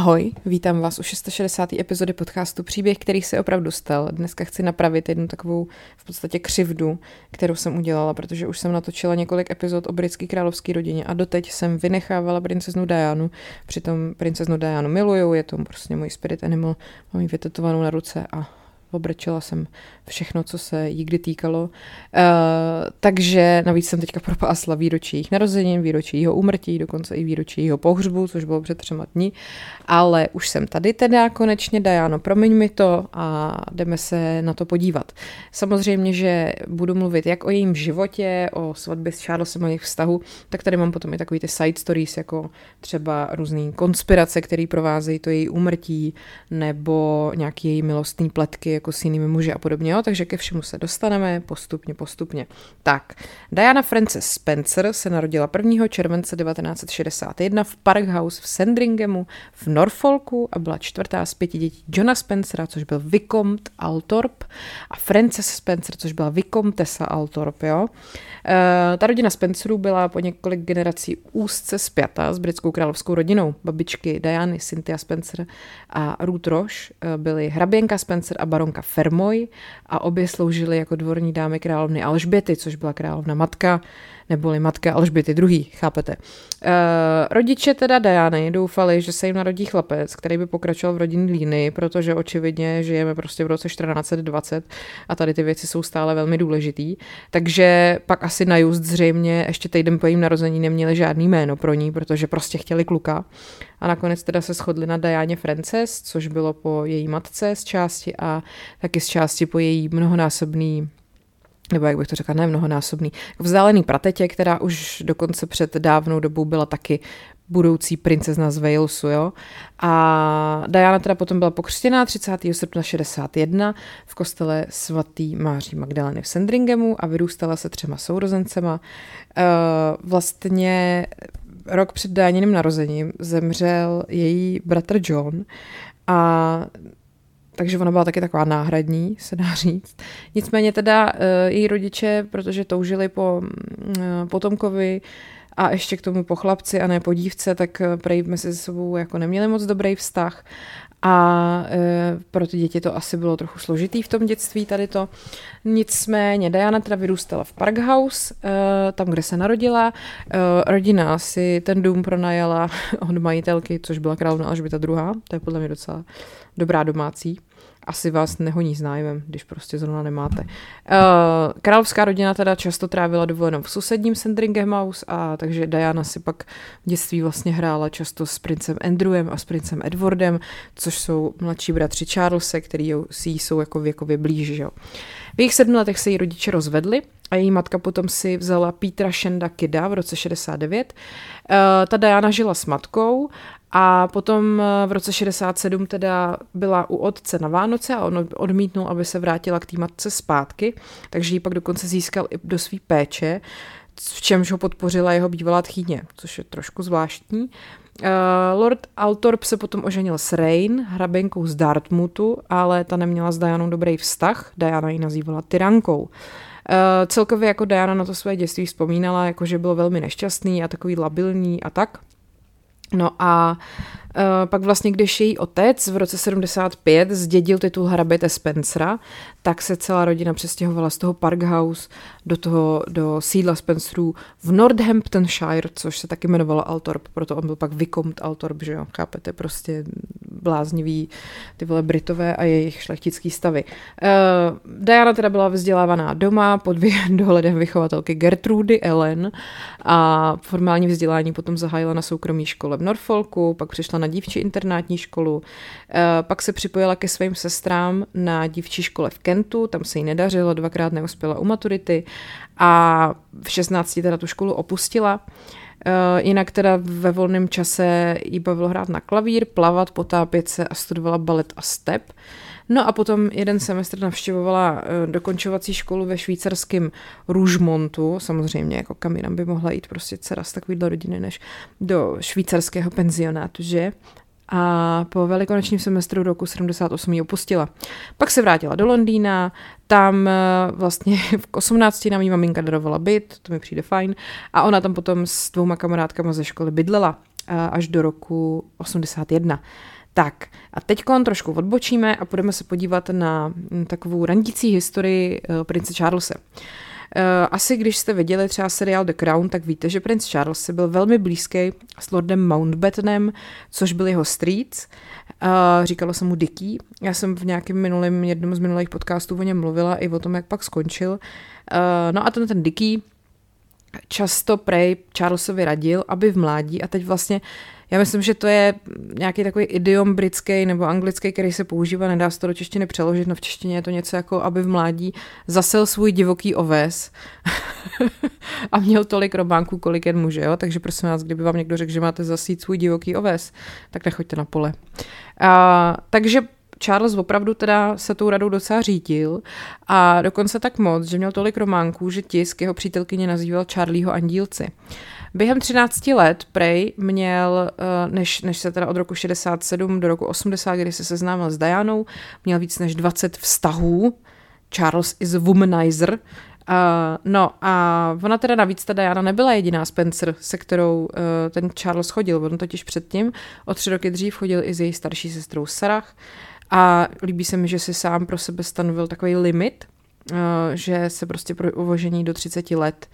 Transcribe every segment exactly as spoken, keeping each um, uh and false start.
Ahoj, vítám vás u šestošedesáté epizody podcastu Příběh, který se opravdu stal. Dneska chci napravit jednu takovou v podstatě křivdu, kterou jsem udělala, protože už jsem natočila několik epizod o britské královské rodině a doteď jsem vynechávala princeznu Dianu. Přitom princeznu Dianu miluju, je to prostě můj spirit animal, mám ji vytetovanou na ruce a obrčela jsem všechno, co se jí kdy týkalo. Uh, takže navíc jsem teďka propásla výročí jejich narozenin, výročí jeho úmrtí, dokonce i výročí jeho pohřbu, což bylo před třema dní. Ale už jsem tady teda konečně, Diano, promiň mi to a jdeme se na to podívat. Samozřejmě, že budu mluvit jak o jejím životě, o svatbě s Charlesem a jejich vztahu, tak tady mám potom i takový ty side stories, jako třeba různý konspirace, které provázejí to její úmrtí, nebo nějaký její milostný pletky, jako s jinými muži a podobně, jo? Takže ke všemu se dostaneme postupně, postupně. Tak, Diana Frances Spencer se narodila prvního července devatenáct set šedesát jedna v Park House v Sandringhamu v Norfolku a byla čtvrtá z pěti dětí Johna Spencera, což byl Vicomte Althorp, a Frances Spencer, což byla Vicomtessa Althorp, jo. E, ta rodina Spencerů byla po několik generací úzce spjatá s britskou královskou rodinou. Babičky Diany, Cynthia Spencer a Ruth Roche byly hraběnka Spencer a baronka Fermoy a obě sloužily jako dvorní dámy královny Alžběty, což byla královna matka, neboli matka Alžběty druhý, chápete. E, rodiče teda Diany doufali, že se jim narodí chlapec, který by pokračoval v rodinné línii, protože očividně žijeme prostě v roce čtrnáct set dvacet a tady ty věci jsou stále velmi důležitý. Takže pak asi na just zřejmě ještě týden po jejím narození neměli žádný jméno pro ní, protože prostě chtěli kluka. A nakonec teda se shodli na Dianě Frances, což bylo po její matce z části a taky z části po její mnohonásobný, nebo jak bych to řekla, ne mnohonásobný, vzdálený pratetě, která už dokonce před dávnou dobou byla taky budoucí princezna z Walesu, jo. A Diana teda potom byla pokřtěná třicátého srpna šedesát jedna v kostele svatý Máří Magdaleny v Sandringhamu a vyrůstala se třema sourozencema. Vlastně rok před Dianiným narozením zemřel její bratr John a takže ona byla taky taková náhradní, se dá říct. Nicméně teda uh, její rodiče, protože toužili po uh, potomkovi a ještě k tomu po chlapci a ne po dívce, tak uh, prej mezi sebou jako neměli moc dobrý vztah a uh, pro ty děti to asi bylo trochu složitý v tom dětství tady to. Nicméně Diana teda vyrůstala v Park House, uh, tam, kde se narodila. Uh, rodina si ten dům pronajala od majitelky, což byla královna Alžběta druhá. To je podle mě docela dobrá domácí. Asi vás nehoní s nájmem, když prostě zrovna nemáte. Uh, královská rodina teda často trávila dovolenou v sousedním Sandringham House, a takže Diana si pak v dětství vlastně hrála často s princem Andrewem a s princem Edwardem, což jsou mladší bratři Charlese, který si jsou jako věkově blíž. Jo. V jejich sedmi letech se její rodiče rozvedli a její matka potom si vzala Petera Shanda Kidda v roce šedesát devět. Uh, ta Diana žila s matkou a potom v roce šedesát sedm teda byla u otce na Vánoce a on odmítnul, aby se vrátila k té matce zpátky, takže ji pak dokonce získal i do své péče, v čemž ho podpořila jeho bývalá tchýně, což je trošku zvláštní. Uh, Lord Althorp se potom oženil s Rain, hraběnkou z Dartmouthu, ale ta neměla s Dianou dobrý vztah, Diana ji nazývala tyrankou. Uh, celkově jako Diana na to své dětství vzpomínala, jako že bylo velmi nešťastný a takový labilní a tak. No a uh, pak vlastně, když její otec v roce sedmdesát pět zdědil titul hraběte Spencera, tak se celá rodina přestěhovala z toho Park House do toho, do sídla Spencerů v Northamptonshire, což se taky jmenovalo Althorp, proto on byl pak Vicomte Althorp, že jo, chápete, prostě bláznivý ty vole Britové a jejich šlechtický stavy. Uh, Diana teda byla vzdělávaná doma pod dohledem vychovatelky Gertrudy Ellen a formální vzdělání potom zahájila na soukromé škole v Norfolku, pak přišla na dívčí internátní školu, uh, pak se připojila ke svým sestrám na dívčí škole v Kentu, tam se jí nedařilo, dvakrát neuspěla u maturity a v šestnácti teda tu školu opustila. Uh, jinak teda ve volném čase jí bavilo hrát na klavír, plavat, potápět se a studovala balet a step. No a potom jeden semestr navštěvovala uh, dokončovací školu ve švýcarském Rougemontu, samozřejmě jako kam jinam by mohla jít prostě dcera z takovýhle rodiny než do švýcarského penzionátu, že? A po velikonočním semestru roku sedmdesát osm ji opustila. Pak se vrátila do Londýna, tam vlastně v osmnácti nám jí maminka darovala byt, to mi přijde fajn, a ona tam potom s dvouma kamarádkama ze školy bydlela. až do roku osmdesát jedna. Tak a teď trošku odbočíme a půjdeme se podívat na takovou randící historii prince Charlese. Asi když jste viděli třeba seriál The Crown, tak víte, že princ Charles byl velmi blízký s lordem Mountbattenem, což byl jeho strýc. Říkalo se mu Dickey. Já jsem v nějakém minulém, jednom z minulých podcastů o něm mluvila i o tom, jak pak skončil. No a ten, ten Dickey často prej Charlesovi radil, aby v mládí, a teď vlastně já myslím, že to je nějaký takový idiom britský nebo anglický, který se používá, nedá se to do češtiny přeložit, no v češtině je to něco jako, aby v mládí zasil svůj divoký oves a měl tolik robánků, kolik jen může, jo? Takže prosím vás, kdyby vám někdo řekl, že máte zasít svůj divoký oves, tak nechoďte na pole. A, takže Charles opravdu teda se tou radou docela řídil a dokonce tak moc, že měl tolik románků, že tisk jeho přítelkyně nazýval Charlieho andílci. Během třinácti let prej měl, než, než se teda od roku šedesát sedm do roku osmdesát, kdy se seznámil s Dianou, měl víc než dvacet vztahů. Charles is a womanizer. Uh, no a ona teda navíc, ta Diana nebyla jediná Spencer, se kterou uh, ten Charles chodil. On totiž předtím o tři roky dřív chodil i s její starší sestrou Sarah. A líbí se mi, že si sám pro sebe stanovil takový limit, uh, že se prostě pro uvožení do třiceti let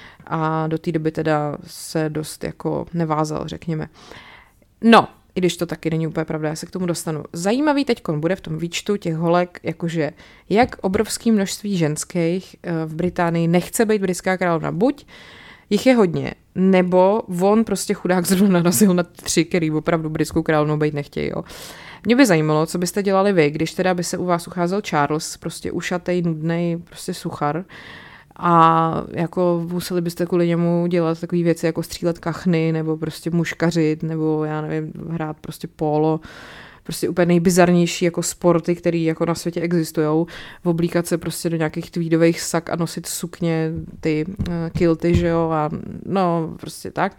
a do té doby teda se dost jako nevázal, řekněme. No, i když to taky není úplně pravda, já se k tomu dostanu. Zajímavý teďkon bude v tom výčtu těch holek, jakože jak obrovské množství ženských v Británii nechce být britská královna. Buď jich je hodně, nebo on prostě chudák zrovna narazil na tři, který opravdu britskou královnou být nechtějí, jo. Mě by zajímalo, co byste dělali vy, když teda by se u vás ucházel Charles, prostě ušatej, nudnej, prostě suchar, a jako museli byste kvůli němu dělat takové věci jako střílet kachny nebo prostě muškařit nebo já nevím, hrát prostě polo, prostě úplně nejbizarnější jako sporty, které jako na světě existujou, oblíkat se prostě do nějakých tweedových sak a nosit sukně, ty uh, kilty, že jo, a no prostě tak.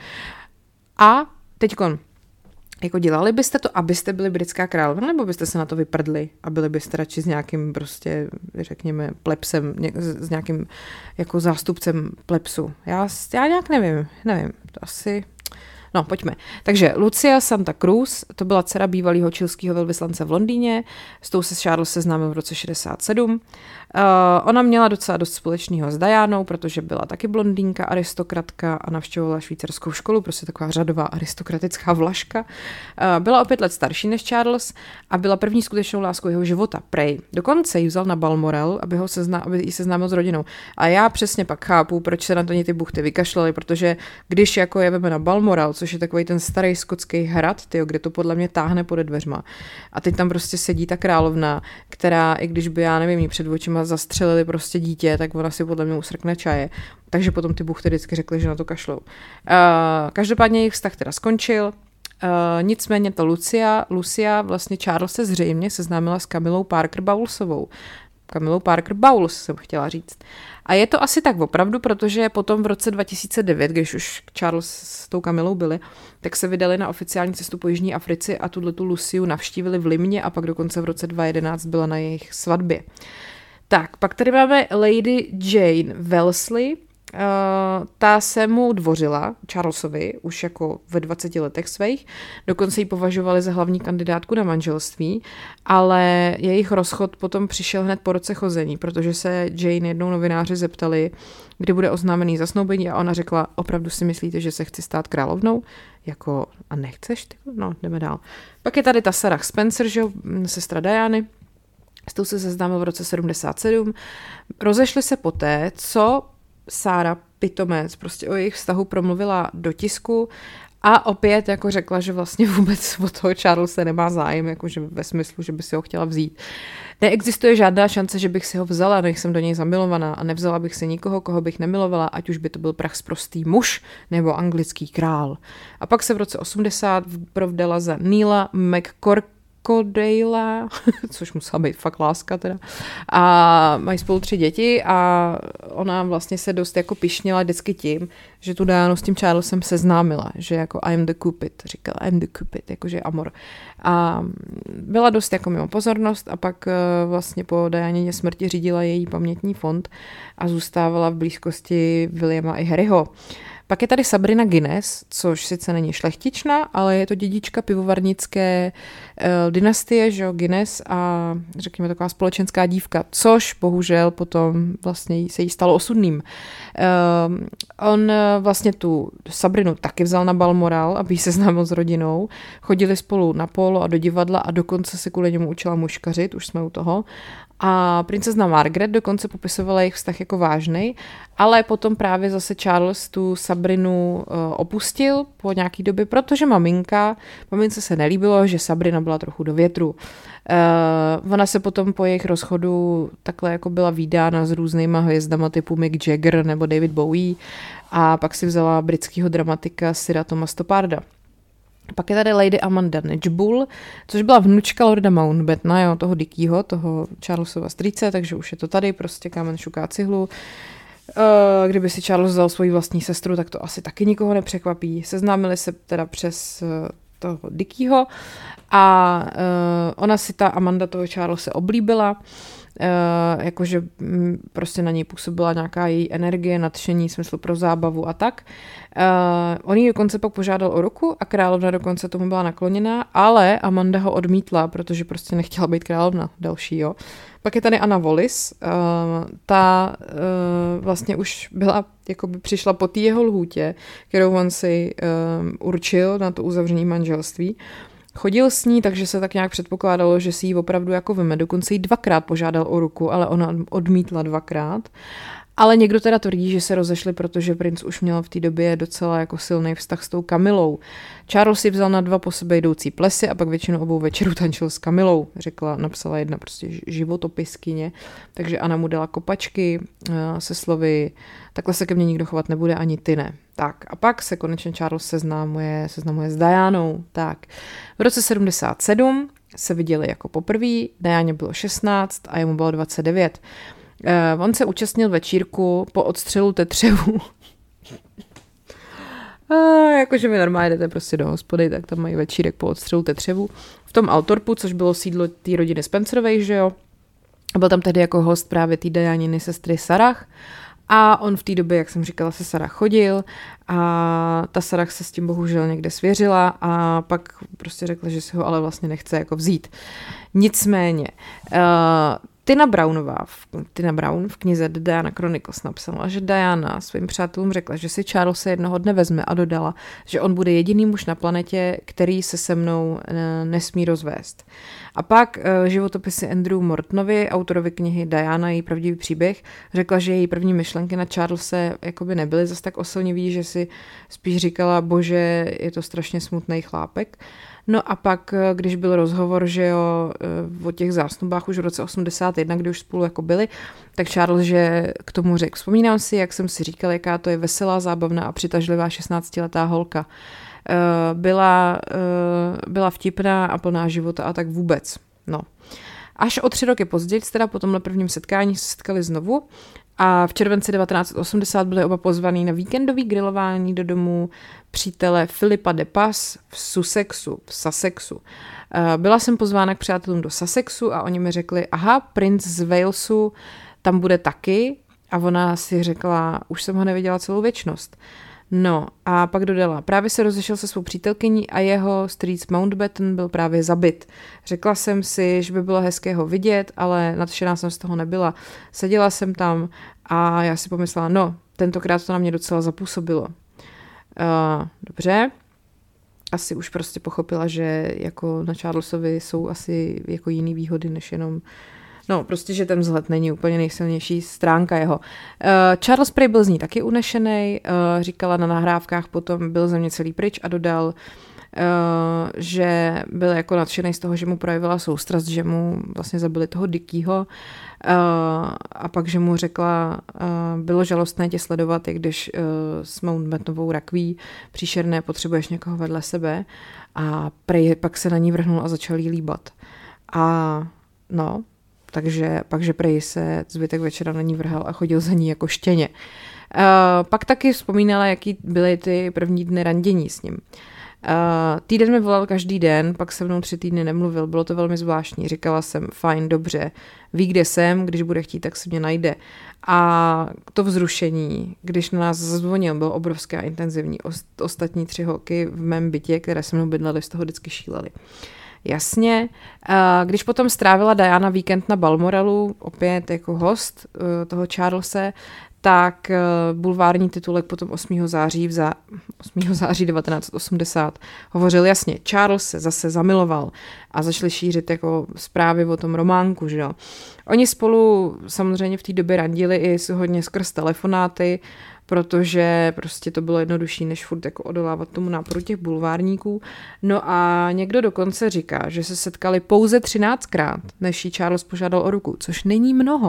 A teďkon, jako dělali byste to, abyste byli britská královna, nebo byste se na to vyprdli a byli byste radši s nějakým prostě, řekněme, plebsem, s nějakým jako zástupcem plebsu? Já, já nějak nevím, nevím, to asi... No, pojďme. Takže Lucia Santa Cruz, to byla dcera bývalého chilského velvyslance v Londýně, s tou se Charles seznámil v roce šedesát sedm. Uh, ona měla docela dost společného s Dianou, protože byla taky blondýnka, aristokratka a navštěvovala švýcarskou školu, prostě taková řadová aristokratická vlaška. Uh, byla o pět let starší než Charles a byla první skutečnou láskou jeho života, prej. Dokonce ji vzal na Balmoral, aby, ho sezná, aby ji seznámil s rodinou. A já přesně pak chápu, proč se na to ty buchty vykašlali, protože když jako je veme na Balmoral, což je takový ten starý skotský hrad, tyjo, kde to podle mě táhne pode dveřma. A teď tam prostě sedí ta královna, která, i když by, já nevím, jí před očima zastřelili prostě dítě, tak ona si podle mě usrkne čaje. Takže potom ty buchty vždycky řekly, že na to kašlou. Uh, každopádně jejich vztah teda skončil. Uh, nicméně ta Lucia, Lucia vlastně Charles se zřejmě seznámila s Camillou Parker Bowlesovou. Camillou Parker Bowles jsem chtěla říct. A je to asi tak opravdu, protože potom v roce dva tisíce devět, když už Charles s tou Camillou byli, tak se vydali na oficiální cestu po Jižní Africe a tuhletu Luciu navštívili v Limně a pak dokonce v roce dva tisíce jedenáct byla na jejich svatbě. Tak, pak tady máme Lady Jane Wellesley. Uh, ta se mu dvořila, Charlesovi, už jako ve dvaceti letech svých, dokonce ji považovali za hlavní kandidátku na manželství, ale jejich rozchod potom přišel hned po roce chození, protože se Jane jednou novináři zeptali, kdy bude oznámený zasnoubení a ona řekla, opravdu si myslíte, že se chci stát královnou? Jako, a nechceš? Ty? No, jdeme dál. Pak je tady ta Sarah Spencer, že jo, sestra Diany, s tou se seznámil v roce sedmdesát sedm. Rozešli se poté, co Sára Pitomec prostě o jejich vztahu promluvila do tisku a opět jako řekla, že vlastně vůbec o toho Charlese nemá zájem, jakože ve smyslu, že by si ho chtěla vzít. Neexistuje žádná šance, že bych si ho vzala, nejsem do něj zamilovaná a nevzala bych si nikoho, koho bych nemilovala, ať už by to byl prachsprostý muž nebo anglický král. A pak se v roce osmdesát provdala za Neila McCork Cordella, což musela být fakt láska teda. A mají spolu tři děti a ona vlastně se dost jako pyšnila vždycky tím, že tu Dianu s tím Charlesem seznámila, že jako I'm the Cupid, říkala I'm the Cupid, jakože amor. A byla dost jako mimo pozornost a pak vlastně po Dianině smrti řídila její pamětní fond a zůstávala v blízkosti Williama i Harryho. Pak je tady Sabrina Guinness, což sice není šlechtična, ale je to dědička pivovarnické uh, dynastie, že jo, Guinness a řekněme taková společenská dívka, což bohužel potom vlastně se jí stalo osudným. Uh, on vlastně tu Sabrinu taky vzal na Balmoral, aby jí seznámil s rodinou. Chodili spolu na polo a do divadla a dokonce se kvůli němu učila muškařit, už jsme u toho. A princezna Margaret dokonce popisovala jejich vztah jako vážnej, ale potom právě zase Charles tu Sabrinu uh, opustil po nějaký době, protože maminka, mamince se nelíbilo, že Sabrina byla trochu do větru. Uh, ona se potom po jejich rozchodu takhle jako byla vídána s různýma hvězdama typu Mick Jagger nebo David Bowie a pak si vzala britského dramatika Sira Thoma Stopparda. Pak je tady Lady Amanda Knetchbull, což byla vnučka Lorda Mountbattena, jo, toho Dickýho, toho Charlesova strýce, takže už je to tady, prostě kámen šuká cihlu. Uh, kdyby si Charles vzal svoji vlastní sestru, tak to asi taky nikoho nepřekvapí. Seznámili se teda přes uh, toho Dickýho a uh, ona si ta Amanda toho Charlese oblíbila, Uh, jakože m, prostě na něj působila nějaká její energie, nadšení, smysl pro zábavu a tak. Uh, on ji dokonce pak požádal o ruku a královna dokonce tomu byla nakloněná, ale Amanda ho odmítla, protože prostě nechtěla být královna další, jo. Pak je tady Anna Wallis, uh, ta uh, vlastně už byla, jakoby přišla po té jeho lhůtě, kterou on si uh, určil na to uzavření manželství. Chodil s ní, takže se tak nějak předpokládalo, že si ji opravdu jako vyme. Dokonce jí dvakrát požádal o ruku, ale ona odmítla dvakrát. Ale někdo teda tvrdí, že se rozešli, protože princ už měl v té době docela jako silný vztah s tou Kamilou. Charles si vzal na dva po sebe jdoucí plesy a pak většinu obou večerů tančil s Kamilou, řekla, napsala jedna prostě životopiskyně. Takže Anna mu dala kopačky se slovy, takhle se ke mně nikdo chovat nebude, ani ty ne. Tak a pak se konečně Charles seznamuje, seznamuje s Dianou. Tak. V roce sedmdesát sedm se viděli jako poprvé, Dianě bylo šestnáct a jemu bylo dvacet devět. Uh, on se účastnil večírku po odstřelu tetřevu. uh, jakože vy normálně jdete prostě do hospody, tak tam mají večírek po odstřelu tetřevu. V tom Altorpu, což bylo sídlo té rodiny Spencerovej, že jo. A byl tam tehdy jako host právě té Dianiny sestry Sarah. A on v té době, jak jsem říkala, se Sarah chodil a ta Sarah se s tím bohužel někde svěřila a pak prostě řekla, že si ho ale vlastně nechce jako vzít. Nicméně, uh, Tina Brownová, Tina Brown v knize The Diana Chronicles napsala, že Diana svým přátelům řekla, že si Charles se jednoho dne vezme a dodala, že on bude jediný muž na planetě, který se se mnou nesmí rozvést. A pak životopisy Andrew Mortonovi, autorovi knihy Diana, její pravdivý příběh, řekla, že její první myšlenky na Charlese jakoby nebyly zas tak oslnivý, že si spíš říkala, bože, je to strašně smutný chlápek. No a pak, když byl rozhovor, že jo, o těch zásnubách už v roce osmdesát jedna, kdy už spolu jako byli, tak Charles, že k tomu řekl, vzpomínám si, jak jsem si říkal, jaká to je veselá, zábavná a přitažlivá šestnáctiletá holka. Byla, byla vtipná a plná života a tak vůbec. No. Až o tři roky později, teda po tomhle prvním setkání se setkali znovu a v červenci devatenáct osmdesát byli oba pozvaný na víkendový grilování do domu přítele Filipa de Pas v Sussexu, v Sussexu. Byla jsem pozvána k přátelům do Sussexu a oni mi řekli, aha, princ z Walesu tam bude taky a ona si řekla, už jsem ho neviděla celou věčnost. No a pak dodala, právě se rozešel se svou přítelkyní a jeho strýc Mountbatten byl právě zabit. Řekla jsem si, že by bylo hezké ho vidět, ale nadšená jsem z toho nebyla. Seděla jsem tam a já si pomyslela, no, tentokrát to na mě docela zapůsobilo. Uh, dobře, asi už prostě pochopila, že jako na Charlesovi jsou asi jako jiný výhody, než jenom no, prostě, že ten vzhled není úplně nejsilnější stránka jeho. Uh, Charles Prey byl z ní taky unešenej, uh, říkala na nahrávkách, potom byl ze mě celý pryč a dodal, uh, že byl jako nadšenej z toho, že mu projevila soustrast, že mu vlastně zabili toho Dickýho uh, a pak, že mu řekla, uh, bylo žalostné tě sledovat, jak když uh, s Mountbattenovou rakví příšerné, potřebuješ někoho vedle sebe a Prey pak se na ní vrhnul a začal jí líbat. A no, takže pak, že prej se zbytek večera na ní vrhal a chodil za ní jako štěně. Uh, pak taky vzpomínala, jaký byly ty první dny randění s ním. týden mi volal každý den, pak se mnou tři týdny nemluvil, bylo to velmi zvláštní. Říkala jsem, fajn, dobře, ví, kde jsem, když bude chtít, tak se mě najde. A to vzrušení, když na nás zazvonil, bylo obrovské a intenzivní. Ostatní tři holky v mém bytě, které se mnou bydlely, z toho vždycky šílely. Jasně. Když potom strávila Diana víkend na Balmoralu, opět jako host toho Charlese, tak bulvární titulek potom osmého září, v zá... osmého září devatenáct osmdesát hovořil jasně, Charles se zase zamiloval a začali šířit jako zprávy o tom románku, že jo. Oni spolu samozřejmě v té době randili i hodně skrz telefonáty, protože prostě to bylo jednodušší, než furt jako odolávat tomu náporu těch bulvárníků. No a někdo dokonce říká, že se setkali pouze třináctkrát, než jí Charles požádal o ruku, což není mnoho.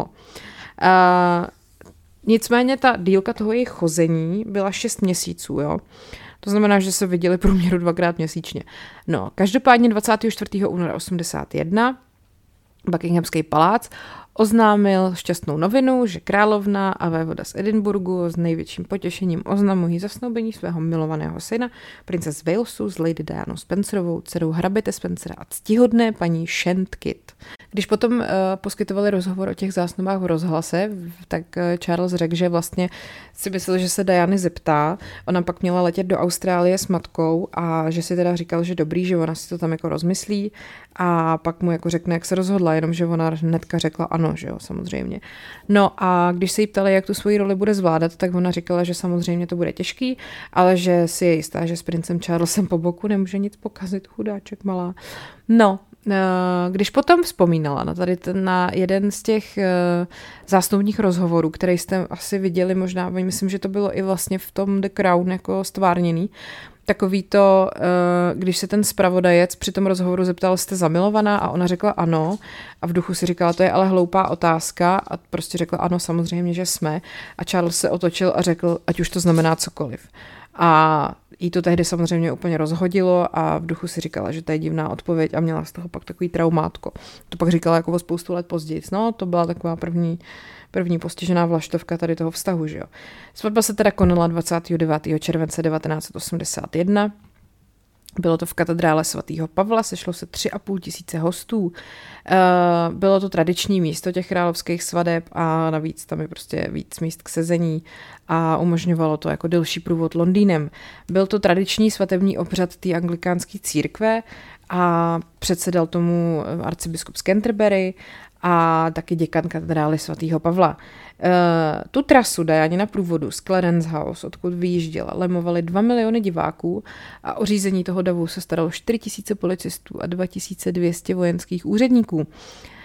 Uh, nicméně ta dílka toho jejich chození byla šest měsíců, jo. To znamená, že se viděli průměru dvakrát měsíčně. No, každopádně dvacátého čtvrtého února osmdesát jedna Buckinghamský palác oznámil šťastnou novinu, že královna a vévoda z Edinburghu s největším potěšením oznamují zasnoubení svého milovaného syna, prince z Walesu s Lady Dianou Spencerovou, dcerou hraběte Spencera a ctihodné paní Shantkit. Když potom uh, poskytovali rozhovor o těch zásnubách v rozhlase, tak uh, Charles řekl, že vlastně si myslel, že se Diany zeptá. Ona pak měla letět do Austrálie s matkou a že si teda říkal, že dobrý, že ona si to tam jako rozmyslí a pak mu jako řekne, jak se rozhodla, jenomže ona hnedka řekla ano, že jo, samozřejmě. No a když se jí ptali, jak tu svoji roli bude zvládat, tak ona říkala, že samozřejmě to bude těžký, ale že si je jistá, že s princem Charlesem po boku nemůže nic pokazit, chudáček malá. No, když potom vzpomínala na tady ten, na jeden z těch uh, zásnubních rozhovorů, který jste asi viděli možná, myslím, že to bylo i vlastně v tom The Crown jako stvárněný, takový to, uh, když se ten zpravodajec při tom rozhovoru zeptal, jste zamilovaná a ona řekla ano a v duchu si říkala, to je ale hloupá otázka a prostě řekla ano, samozřejmě, že jsme a Charles se otočil a řekl, ať už to znamená cokoliv. A jí to tehdy samozřejmě úplně rozhodilo a v duchu si říkala, že to je divná odpověď a měla z toho pak takový traumátko. To pak říkala jako o spoustu let později. No, to byla taková první, první postižená vlaštovka tady toho vztahu, že jo. Svatba se teda konala dvacátého devátého července devatenáct osmdesát jedna. Bylo to v katedrále svatého Pavla, sešlo se tři a půl tisíce hostů. Bylo to tradiční místo těch královských svadeb a navíc tam je prostě víc míst k sezení a umožňovalo to jako delší průvod Londýnem. Byl to tradiční svatební obřad té anglikánské církve a předsedal tomu arcibiskup z Canterbury a taky děkan katedrály svatého Pavla. Uh, tu trasu Dianina průvodu z Clarence House, odkud vyjížděla, lemovali dva miliony diváků a o řízení toho davu se staralo čtyři tisíce policistů a dva tisíce dvě stě vojenských úředníků. Uh,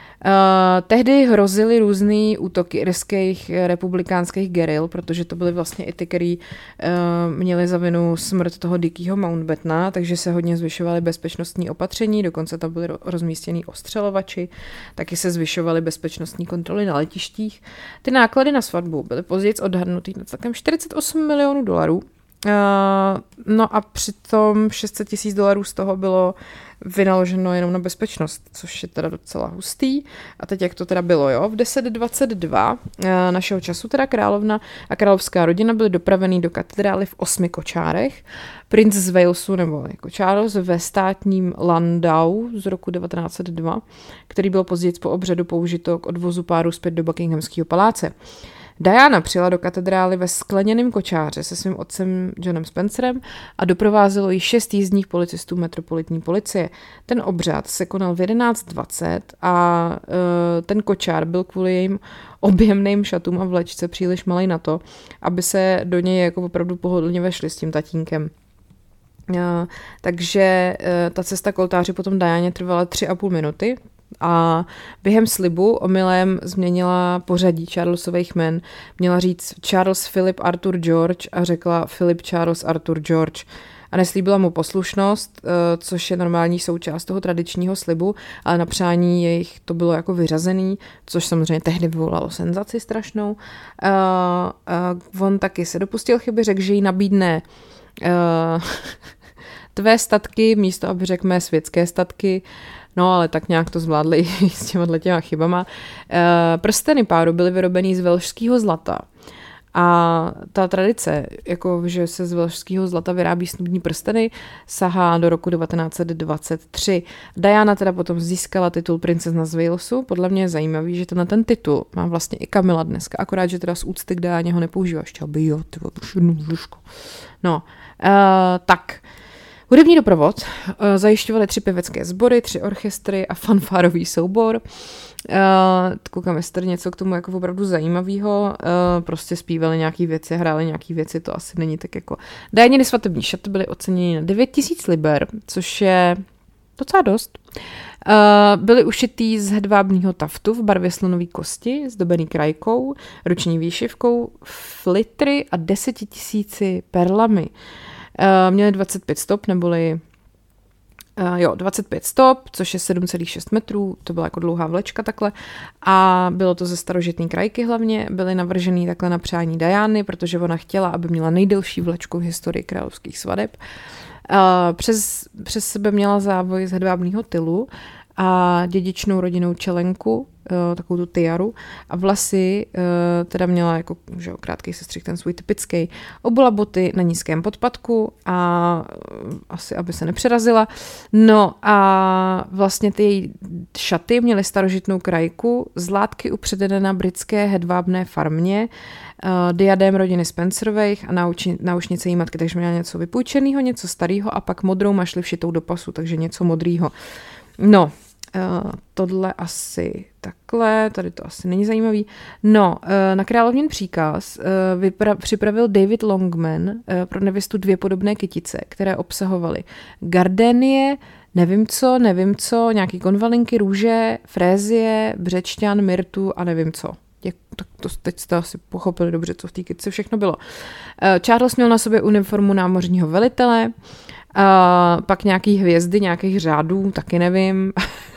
tehdy hrozily různý útoky irských republikánských geril, protože to byly vlastně i ty, který uh, měli za vinu smrt toho Dickieho Mountbattena, takže se hodně zvyšovaly bezpečnostní opatření, dokonce tam byly rozmístěný ostřelovači, taky se zvyšovaly bezpečnostní kontroly na letištích. Ty náklady na svatbu byly později odhadnutý na celkem čtyřicet osm milionů dolarů. Uh, no a přitom šest set tisíc dolarů z toho bylo vynaloženo jenom na bezpečnost, což je teda docela hustý. A teď jak to teda bylo, jo? V deset dvacet dva uh, našeho času teda královna a královská rodina byly dopravený do katedrály v osmi kočárech. Princ z Walesu, nebo jako Charles, ve státním landau z roku devatenáct set dva, který byl později po obřadu použito k odvozu páru zpět do Buckinghamského paláce. Diana přijela do katedrály ve skleněném kočáře se svým otcem Johnem Spencerem a doprovázelo jí šest jízdních policistů metropolitní policie. Ten obřad se konal v jedenáct dvacet a uh, ten kočár byl kvůli jejím objemným šatům a vlečce příliš malej na to, aby se do něj jako opravdu pohodlně vešli s tím tatínkem. Uh, takže uh, ta cesta k oltáři potom Dianě trvala tři a půl minuty, a během slibu omylem změnila pořadí Charlesových jmen. Měla říct Charles Philip Arthur George a řekla Philip Charles Arthur George. A neslíbila mu poslušnost, což je normální součást toho tradičního slibu, ale na přání jejich to bylo jako vyřazený, což samozřejmě tehdy vyvolalo senzaci strašnou. Uh, uh, on taky se dopustil chyby, řekl, že jí nabídne uh, tvé statky, místo aby řekl mé světské statky. No, ale tak nějak to zvládli i s těma těma chybama. Prsteny páru byly vyrobený z velšského zlata A ta tradice, jako že se z velšského zlata vyrábí snubní prsteny, sahá do roku devatenáct set dvacet tři. Diana teda potom získala titul princezna z Walesu. Podle mě je zajímavý, že to na ten titul má vlastně i Kamila dneska, akorát, že teda z úcty k Dianě ho nepoužívá. Ještě by jo, ty jednu vlišku. No, uh, tak... Hudební doprovod uh, zajišťovaly tři pěvecké sbory, tři orchestry a fanfárový soubor. Uh, koukám, jestli něco k tomu jako opravdu zajímavého. Uh, prostě zpívali nějaký věci, hráli nějaký věci, to asi není tak jako... Dianiny svatební šaty byly oceněny na devět tisíc liber, což je docela dost. Uh, byly ušitý z hedvábního taftu v barvě slonové kosti, zdobený krajkou, ruční výšivkou, flitry a desetitisíci perlami. Uh, měli dvacet pět stop, neboli uh, jo, dvacet pět stop, což je sedm celá šest metrů, to byla jako dlouhá vlečka takhle a bylo to ze starožitné krajky hlavně, byly navržený takhle na přání Diany, protože ona chtěla, aby měla nejdelší vlečku v historii královských svadeb. Uh, přes, přes sebe měla závoj z hedvábného tylu a dědičnou rodinnou čelenku, takovou tu tiaru a vlasy teda měla jako že, krátký sestřih, ten svůj typický. Obula boty na nízkém podpatku a asi, aby se nepřerazila. No a vlastně ty její šaty měly starožitnou krajku, z látky upředené na britské hedvábné farmě, diadém rodiny Spencerových a náušnice jí matky, takže měla něco vypůjčeného, něco starého a pak modrou mašli všitou do pasu, takže něco modrýho. No, Uh, tohle asi takhle, tady to asi není zajímavý. No, uh, na královnin příkaz uh, vypra- připravil David Longman uh, pro nevěstu dvě podobné kytice, které obsahovaly gardenie, nevím co, nevím co, nějaký konvalinky, růže, frézie, břečťan, myrtu a nevím co. Jak, tak to, teď jste asi pochopili dobře, co v té kytce všechno bylo. Uh, Charles měl na sobě uniformu námořního velitele, uh, pak nějaký hvězdy, nějakých řádů, taky nevím,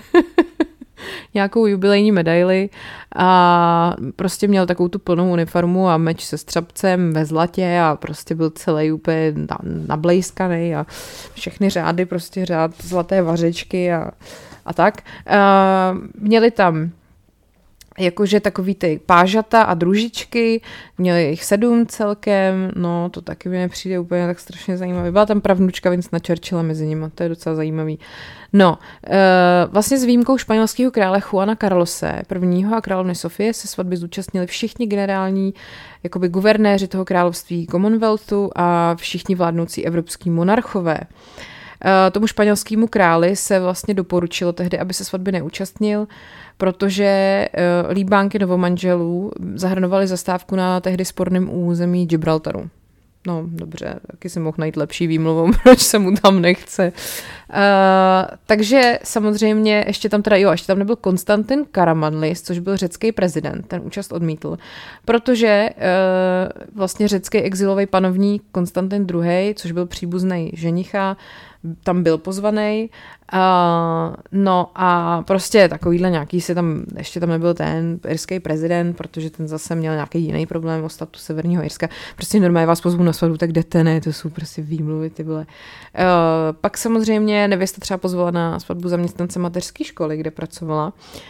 nějakou jubilejní medaili a prostě měl takovou tu plnou uniformu a meč se střapcem ve zlatě a prostě byl celý úplně nablejskaný a všechny řády, prostě řád zlaté vařečky a, a tak. Uh, měli tam jakože takový ty pážata a družičky, měli jich sedm celkem, no to taky mi nepřijde úplně tak strašně zajímavý. Byla tam pravnučka Winstona Churchilla mezi nimi, to je docela zajímavý. No, e, vlastně s výjimkou španělského krále Juana Carlose prvního a královny Sofie se svatby zúčastnili všichni generální jakoby guvernéři toho království Commonwealthu a všichni vládnoucí evropský monarchové. Tomu španělskému králi se vlastně doporučilo tehdy, aby se svatby neúčastnil, protože líbánky novomanželů zahrnovaly zastávku na tehdy sporném území Gibraltaru. No, dobře, taky jsem mohl najít lepší výmluvu, proč se mu tam nechce. Uh, takže samozřejmě ještě tam teda, jo, ještě tam nebyl Konstantin Karamanlis, což byl řecký prezident, ten účast odmítl, protože uh, vlastně řecký exilový panovník Konstantin druhý., což byl příbuzný ženicha, tam byl pozvaný. Uh, no a prostě takovýhle nějaký se tam, ještě tam nebyl ten irský prezident, protože ten zase měl nějaký jiný problém o statu Severního Irska. Prostě normálně vás pozvu na svatbu, tak jdete, ne, to jsou prostě výmluvy, ty vole. Uh, pak samozřejmě nevěsta třeba pozvala na svatbu zaměstnance mateřské školy, kde pracovala.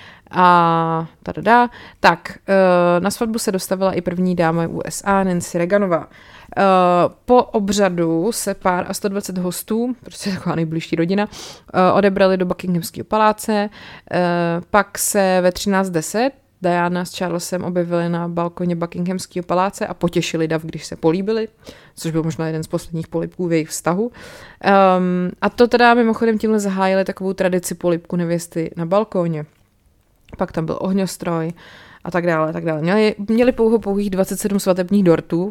A tadada. Tak, na svatbu se dostavila i první dáma U S A, Nancy Reaganová. Po obřadu se pár a sto dvacet hostů, prostě taková nejbližší rodina, odebrali do Buckinghamského paláce. Pak se ve třináct deset Diana s Charlesem objevili na balkoně Buckinghamského paláce a potěšili dav, když se políbili, což byl možná jeden z posledních polibků v jejich vztahu. Um, a to teda mimochodem tímhle zahájili takovou tradici polibku nevěsty na balkóně. Pak tam byl ohňostroj a tak dále, tak dále. Měli, měli pouho pouhých dvacet sedm svatebních dortů.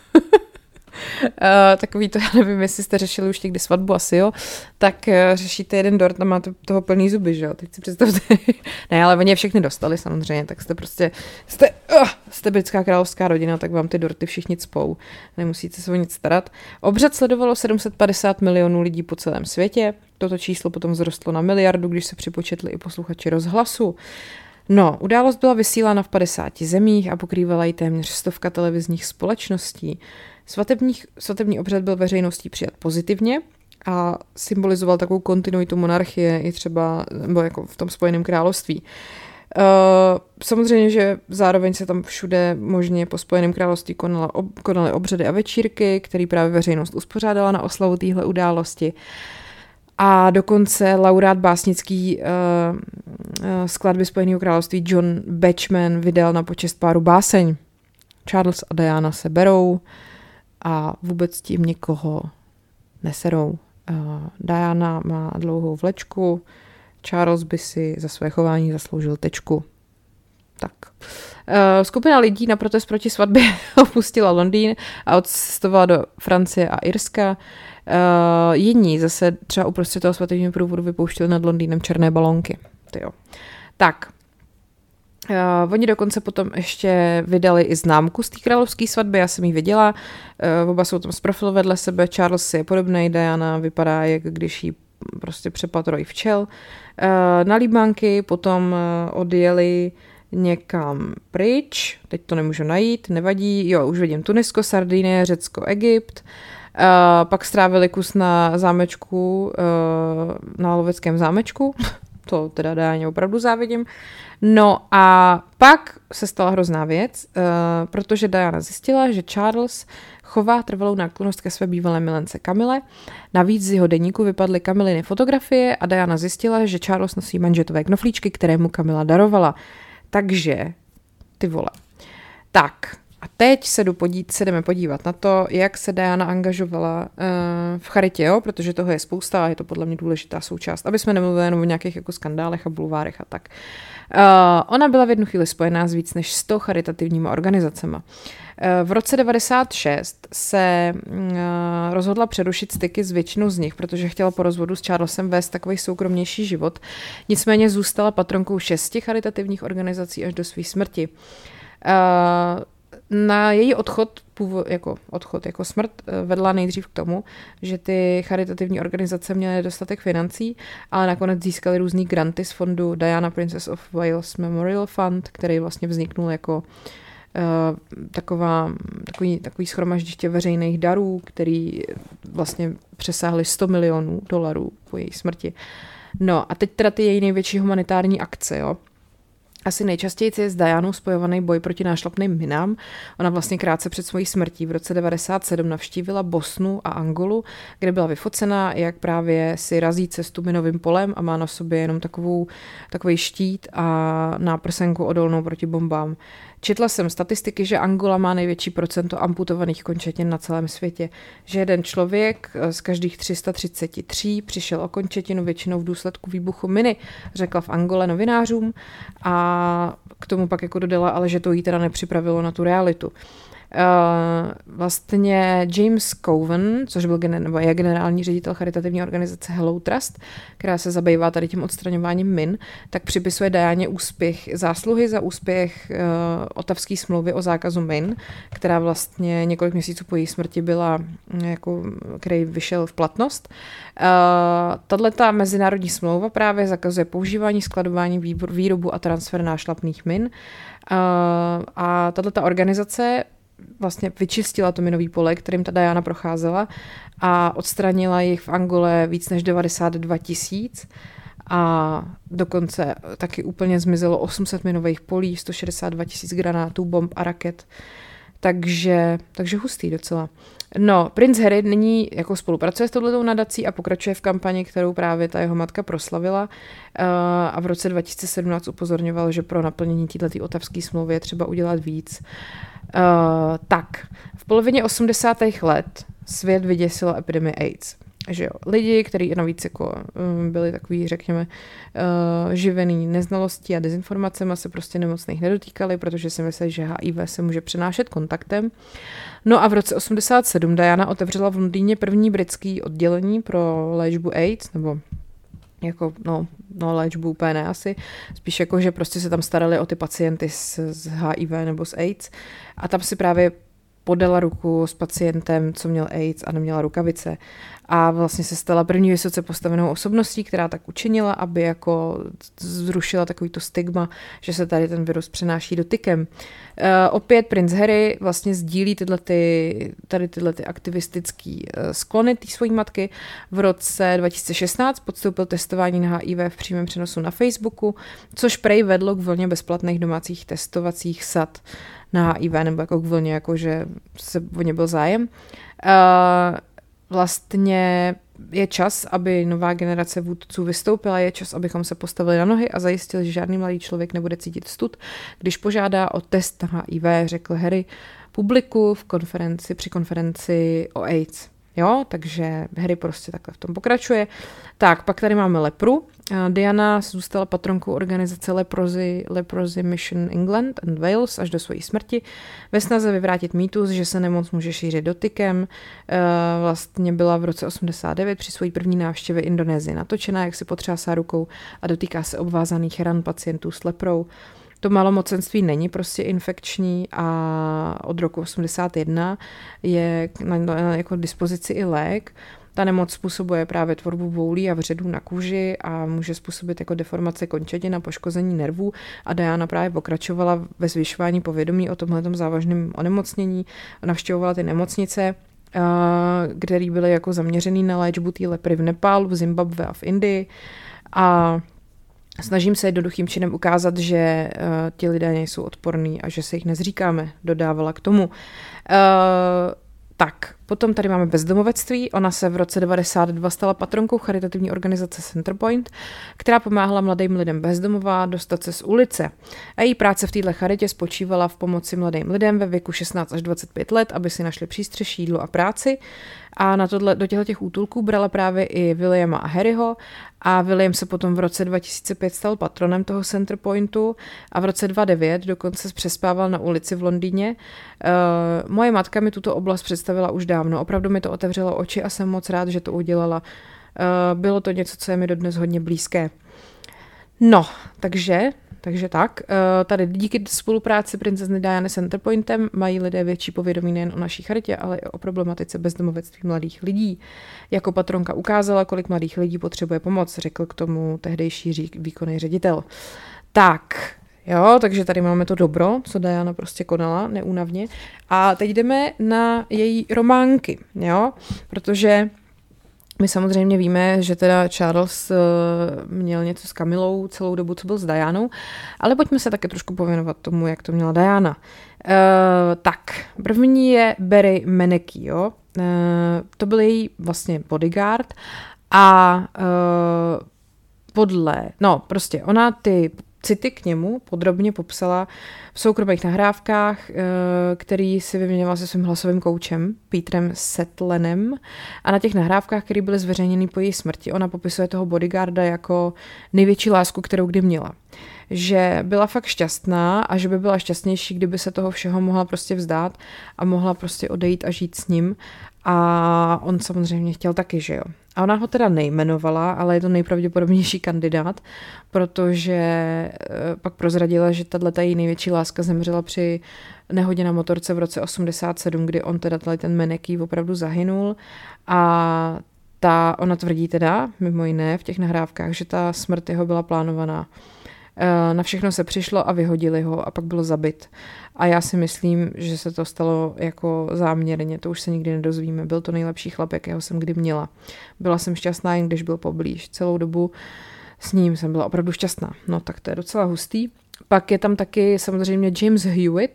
Uh, takový to, já nevím, jestli jste řešili už někdy svatbu, asi jo, tak uh, řešíte jeden dort a máte toho plný zuby, že jo, teď si představte, ne, ale oni je všechny dostali samozřejmě, tak jste prostě, jste, uh, jste britská královská rodina, tak vám ty dorty všichni cpou, nemusíte se o nic starat. Obřad sledovalo sedm set padesát milionů lidí po celém světě, toto číslo potom vzrostlo na miliardu, když se připočetli i posluchači rozhlasu. No, událost byla vysílána v padesáti zemích a pokrývala ji téměř stovka televizních společností. Svatebních, svatební obřad byl veřejností přijat pozitivně a symbolizoval takovou kontinuitu monarchie i třeba nebo jako v tom Spojeném království. Uh, samozřejmě, že zároveň se tam všude možně po Spojeném království konaly, ob, konaly obřady a večírky, které právě veřejnost uspořádala na oslavu téhle události. A dokonce laureát básnický uh, uh, skladby Spojeného království John Batchman vydal na počest páru báseň. Charles a Diana se berou a vůbec tím nikoho neserou. Uh, Diana má dlouhou vlečku, Charles by si za své chování zasloužil tečku. Tak. Uh, skupina lidí na protest proti svatbě opustila Londýn a odcestovala do Francie a Irska. Uh, jiní zase třeba uprostřed toho svatebního průvodu vypouštěli nad Londýnem černé balónky. Tyjo. Tak. Uh, oni dokonce potom ještě vydali i známku z té královské svatby, já jsem ji viděla. Uh, oba jsou tam z profilu vedle sebe, Charles je podobnej, Diana vypadá, jak když jí prostě přepad roj včel. Uh, na líbánky potom uh, odjeli někam pryč, teď to nemůžu najít, nevadí, jo, už vidím Tunisko, Sardinie, Řecko, Egypt. Uh, pak strávili kus na zámečku, uh, na loveckém zámečku, to teda Dianě opravdu závidím. No a pak se stala hrozná věc, uh, protože Diana zjistila, že Charles chová trvalou náklonnost ke své bývalé milence Camille. Navíc z jeho deníku vypadly Camilliny fotografie a Diana zjistila, že Charles nosí manžetové knoflíčky, které mu Camilla darovala. Takže, ty vole. Tak, a teď se, jdu podít, se jdeme podívat na to, jak se Diana angažovala uh, v charitě, jo? Protože toho je spousta a je to podle mě důležitá součást, aby jsme nemluvili jenom o nějakých jako skandálech a bulvárech a tak. Uh, ona byla v jednu chvíli spojená s víc než sto charitativníma organizacemi. Uh, v roce devadesát šest se uh, rozhodla přerušit styky s většinou z nich, protože chtěla po rozvodu s Charlesem vést takový soukromnější život. Nicméně zůstala patronkou šesti charitativních organizací až do své smrti. Uh, Na její odchod, jako odchod, jako smrt, vedla nejdřív k tomu, že ty charitativní organizace měly nedostatek financí, ale nakonec získaly různý granty z fondu Diana Princess of Wales Memorial Fund, který vlastně vzniknul jako uh, taková, takový, takový shromaždiště veřejných darů, který vlastně přesáhly sto milionů dolarů po její smrti. No a teď teda ty její největší humanitární akce, jo. Asi nejčastěji je s Dianou spojovaný boj proti nášlapným minám. Ona vlastně krátce před svojí smrtí v roce devadesát sedm navštívila Bosnu a Angolu, kde byla vyfocená, jak právě si razí cestu minovým polem a má na sobě jenom takovou, takový štít a náprsenku odolnou proti bombám. Četla jsem statistiky, že Angola má největší procento amputovaných končetin na celém světě, že jeden člověk z každých tři sta třicet tři přišel o končetinu většinou v důsledku výbuchu miny, řekla v Angole novinářům a k tomu pak jako dodala, ale že to jí teda nepřipravilo na tu realitu. Uh, vlastně James Coven, což byl gener- nebo je generální ředitel charitativní organizace Hello Trust, která se zabývá tady tím odstraňováním min, tak připisuje Dianě úspěch, zásluhy za úspěch uh, Ottawské smlouvy o zákazu min, která vlastně několik měsíců po její smrti byla, jako, který vyšel v platnost. Uh, Tato mezinárodní smlouva právě zakazuje používání, skladování, výrobu a transfer nášlapných min. Uh, a tato organizace vlastně vyčistila to minový pole, kterým ta Diana procházela a odstranila jich v Angole víc než devadesát dva tisíc a dokonce taky úplně zmizelo osm set minových polí, sto šedesát dva tisíc granátů, bomb a raket. Takže, takže hustý docela. No, princ Harry nyní jako spolupracuje s touhletou nadací a pokračuje v kampani, kterou právě ta jeho matka proslavila uh, a v roce dva tisíce sedmnáct upozorňoval, že pro naplnění této Ottawské smlouvy je třeba udělat víc. Uh, tak, v polovině osmdesátých let svět vyděsila epidemie AIDS. Že jo, lidi, kteří navíc jako um, byli takový, řekněme, uh, živený neznalostí a dezinformacemi, se prostě nemocných nedotýkali, protože si mysleli, že H I V se může přenášet kontaktem. No a v roce osmdesát sedm Diana otevřela v Londýně první britský oddělení pro léčbu AIDS, nebo jako, no, no léčbu úplně ne asi, spíš jako, že prostě se tam starali o ty pacienty s, s H I V nebo s AIDS a tam si právě podala ruku s pacientem, co měl AIDS a neměla rukavice. A vlastně se stala první vysoce postavenou osobností, která tak učinila, aby jako zrušila takovýto stigma, že se tady ten virus přenáší dotykem. Uh, opět princ Harry vlastně sdílí tyhle ty, tady tyhle ty aktivistický uh, sklony té svojí matky. V roce dva tisíce šestnáct podstoupil testování na H I V v přímém přenosu na Facebooku, což prej vedlo k vlně bezplatných domácích testovacích sad na H I V, nebo jako k vlně, jako že se o ně byl zájem. Uh, Vlastně je čas, aby nová generace vůdců vystoupila, je čas, abychom se postavili na nohy a zajistili, že žádný mladý člověk nebude cítit stud, když požádá o test na H I V, řekl Harry publiku v konferenci, při konferenci o AIDS. Jo, takže Harry prostě takhle v tom pokračuje. Tak, pak tady máme lepru. Diana zůstala patronkou organizace Leprosy, Leprosy Mission England and Wales až do své smrti. Ve snaze vyvrátit mýtus, že se nemoc může šířit dotykem. Vlastně byla v roce osmdesát devět při své první návštěvě Indonésii natočená, jak si potřásá rukou a dotýká se obvázaných ran pacientů s leprou. To malomocenství není prostě infekční a od roku osmdesát jedna je na, na jako dispozici i lék. Ta nemoc způsobuje právě tvorbu boulí a vředů na kůži a může způsobit jako deformace končetin a poškození nervů a Diana právě pokračovala ve zvyšování povědomí o tomhletom závažném onemocnění, navštěvovala ty nemocnice, které byly jako zaměřený na léčbu té lepry v Nepálu, v Zimbabwe a v Indii a snažím se jednoduchým činem ukázat, že uh, ti lidé nejsou odporní a že se jich nezříkáme, dodávala k tomu. Uh, tak, potom tady máme bezdomovectví. Ona se v roce devadesát dva stala patronkou charitativní organizace Centerpoint, která pomáhala mladým lidem bezdomová dostat se z ulice. A její práce v této charitě spočívala v pomoci mladým lidem ve věku šestnáct až dvacet pět let, aby si našli přístřeší, jídlo a práci. A na tohle, do těchto těch útulků brala právě i Williama a Harryho a William se potom v roce dva tisíce pět stal patronem toho Centerpointu a v roce dva tisíce devět dokonce přespával na ulici v Londýně. Uh, moje matka mi tuto oblast představila už dávno, opravdu mi to otevřelo oči a jsem moc rád, že to udělala. Uh, bylo to něco, co je mi dodnes hodně blízké. No, takže... Takže tak, tady díky spolupráci princezny Diany s Centerpointem mají lidé větší povědomí nejen o naší charitě, ale i o problematice bezdomovectví mladých lidí. Jako patronka ukázala, kolik mladých lidí potřebuje pomoc, řekl k tomu tehdejší výkonný ředitel. Tak, jo, takže tady máme to dobro, co Diana prostě konala neúnavně. A teď jdeme na její románky, jo, protože... My samozřejmě víme, že teda Charles uh, měl něco s Camillou celou dobu, co byl s Dianou, ale pojďme se také trošku pověnovat tomu, jak to měla Diana. Uh, tak, první je Barry Meneke, jo. Uh, to byl její vlastně bodyguard a uh, podle, no prostě ona ty city k němu podrobně popsala v soukromých nahrávkách, který si vyměňoval se svým hlasovým koučem Petrem Settlenem a na těch nahrávkách, které byly zveřejněny po její smrti, ona popisuje toho bodyguarda jako největší lásku, kterou kdy měla. Že byla fakt šťastná a že by byla šťastnější, kdyby se toho všeho mohla prostě vzdát a mohla prostě odejít a žít s ním. A on samozřejmě chtěl taky, že jo. A ona ho teda nejmenovala, ale je to nejpravděpodobnější kandidát, protože pak prozradila, že tato její největší láska zemřela při nehodě na motorce v roce osmdesát sedm, kdy on teda ten Meneke opravdu zahynul a ta, ona tvrdí teda, mimo jiné v těch nahrávkách, že ta smrt jeho byla plánovaná. Na všechno se přišlo a vyhodili ho a pak byl zabit. A já si myslím, že se to stalo jako záměrně, to už se nikdy nedozvíme. Byl to nejlepší chlap, jakého jsem kdy měla. Byla jsem šťastná, jen když byl poblíž. Celou dobu s ním jsem byla opravdu šťastná. No tak to je docela hustý. Pak je tam taky samozřejmě James Hewitt,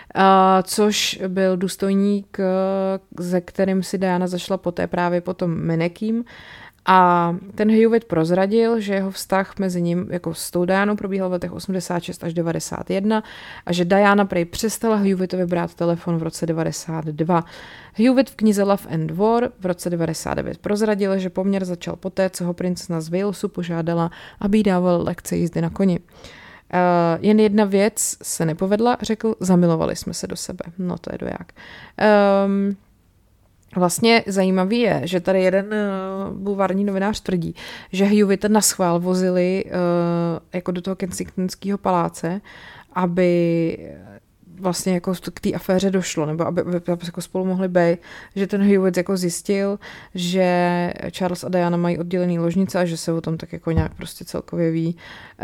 což byl důstojník, ze kterým si Diana zašla poté právě potom Menekem. A ten Hewitt prozradil, že jeho vztah mezi ním jako s tou Dianou probíhal v letech osmdesát šest až devadesát jedna a že Diana prej přestala Hewittovi brát telefon v roce devadesát dva. Hewitt v knize Love and War v roce devadesát devět prozradil, že poměr začal poté, co ho princezna z Walesu požádala, aby jí dával lekce jízdy na koni. Uh, jen jedna věc se nepovedla, řekl, zamilovali jsme se do sebe. No to je doják. Um, Vlastně zajímavý je, že tady jeden uh, bulvární novinář tvrdí, že Hewitta naschvál vozili uh, jako do toho Kensingtonského paláce, aby vlastně jako k té aféře došlo, nebo aby, aby jako spolu mohli být, že ten Hewitt jako zjistil, že Charles a Diana mají oddělený ložnice a že se o tom tak jako nějak prostě celkově ví.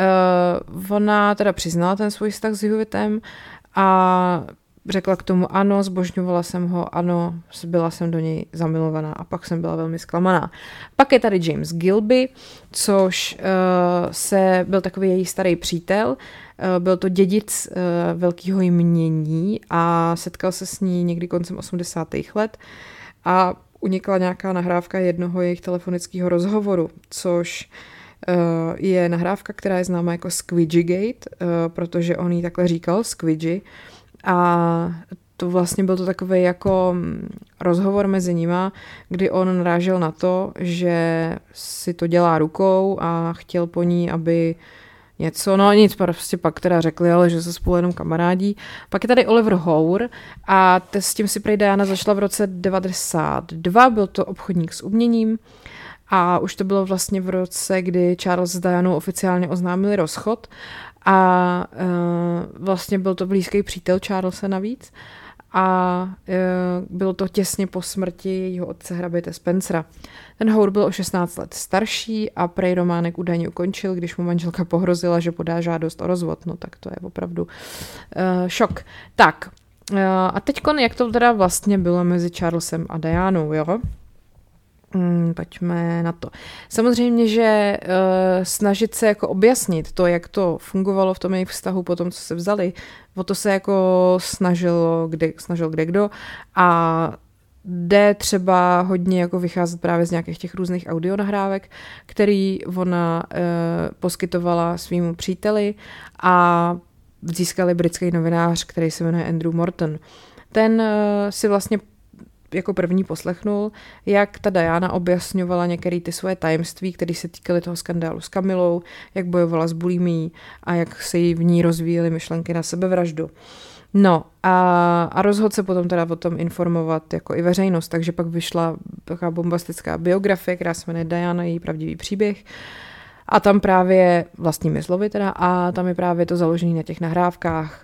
Uh, ona teda přiznala ten svůj vztah s Hewittem a řekla k tomu ano, zbožňovala jsem ho, ano, byla jsem do něj zamilovaná a pak jsem byla velmi zklamaná. Pak je tady James Gilby, což uh, se byl takový její starý přítel, uh, byl to dědic uh, velkého jmění a setkal se s ní někdy koncem osmdesátých let a unikla nějaká nahrávka jednoho jejich telefonického rozhovoru, což uh, je nahrávka, která je známá jako Squidgygate, uh, protože on jí takhle říkal, Squidgy, a to vlastně byl to takový jako rozhovor mezi nima, kdy on narážel na to, že si to dělá rukou a chtěl po ní, aby něco, no nic, prostě pak teda řekli, ale že se spolu jenom kamarádí. Pak je tady Oliver Howe a s tím si prej Diana začala v roce devadesát dva, byl to obchodník s uměním a už to bylo vlastně v roce, kdy Charles s Dianou oficiálně oznámili rozchod a uh, vlastně byl to blízký přítel Charlesa navíc a uh, bylo to těsně po smrti jejího otce hraběte Spencera. Ten Howe byl o šestnáct let starší a prej románek údajně ukončil, když mu manželka pohrozila, že podá žádost o rozvod. No tak to je opravdu uh, šok. Tak uh, a teďkon, jak to teda vlastně bylo mezi Charlesem a Dianou, jo? Hmm, pojďme na to. Samozřejmě, že uh, snažit se jako objasnit to, jak to fungovalo v tom jejich vztahu po tom, co se vzali, o to se jako snažilo kde, snažil kde kdo a jde třeba hodně jako vycházet právě z nějakých těch různých audionahrávek, který ona uh, poskytovala svýmu příteli a získali britský novinář, který se jmenuje Andrew Morton. Ten uh, si vlastně jako první poslechnul, jak ta Diana objasňovala některé ty svoje tajemství, které se týkaly toho skandálu s Camillou, jak bojovala s bulimií a jak se jí v ní rozvíjely myšlenky na sebevraždu. No a, a rozhodl se potom teda o tom informovat jako i veřejnost, takže pak vyšla taková bombastická biografie, která se jmenuje Diana, její pravdivý příběh. A tam právě vlastními slovy teda, a tam je právě to založené na těch nahrávkách.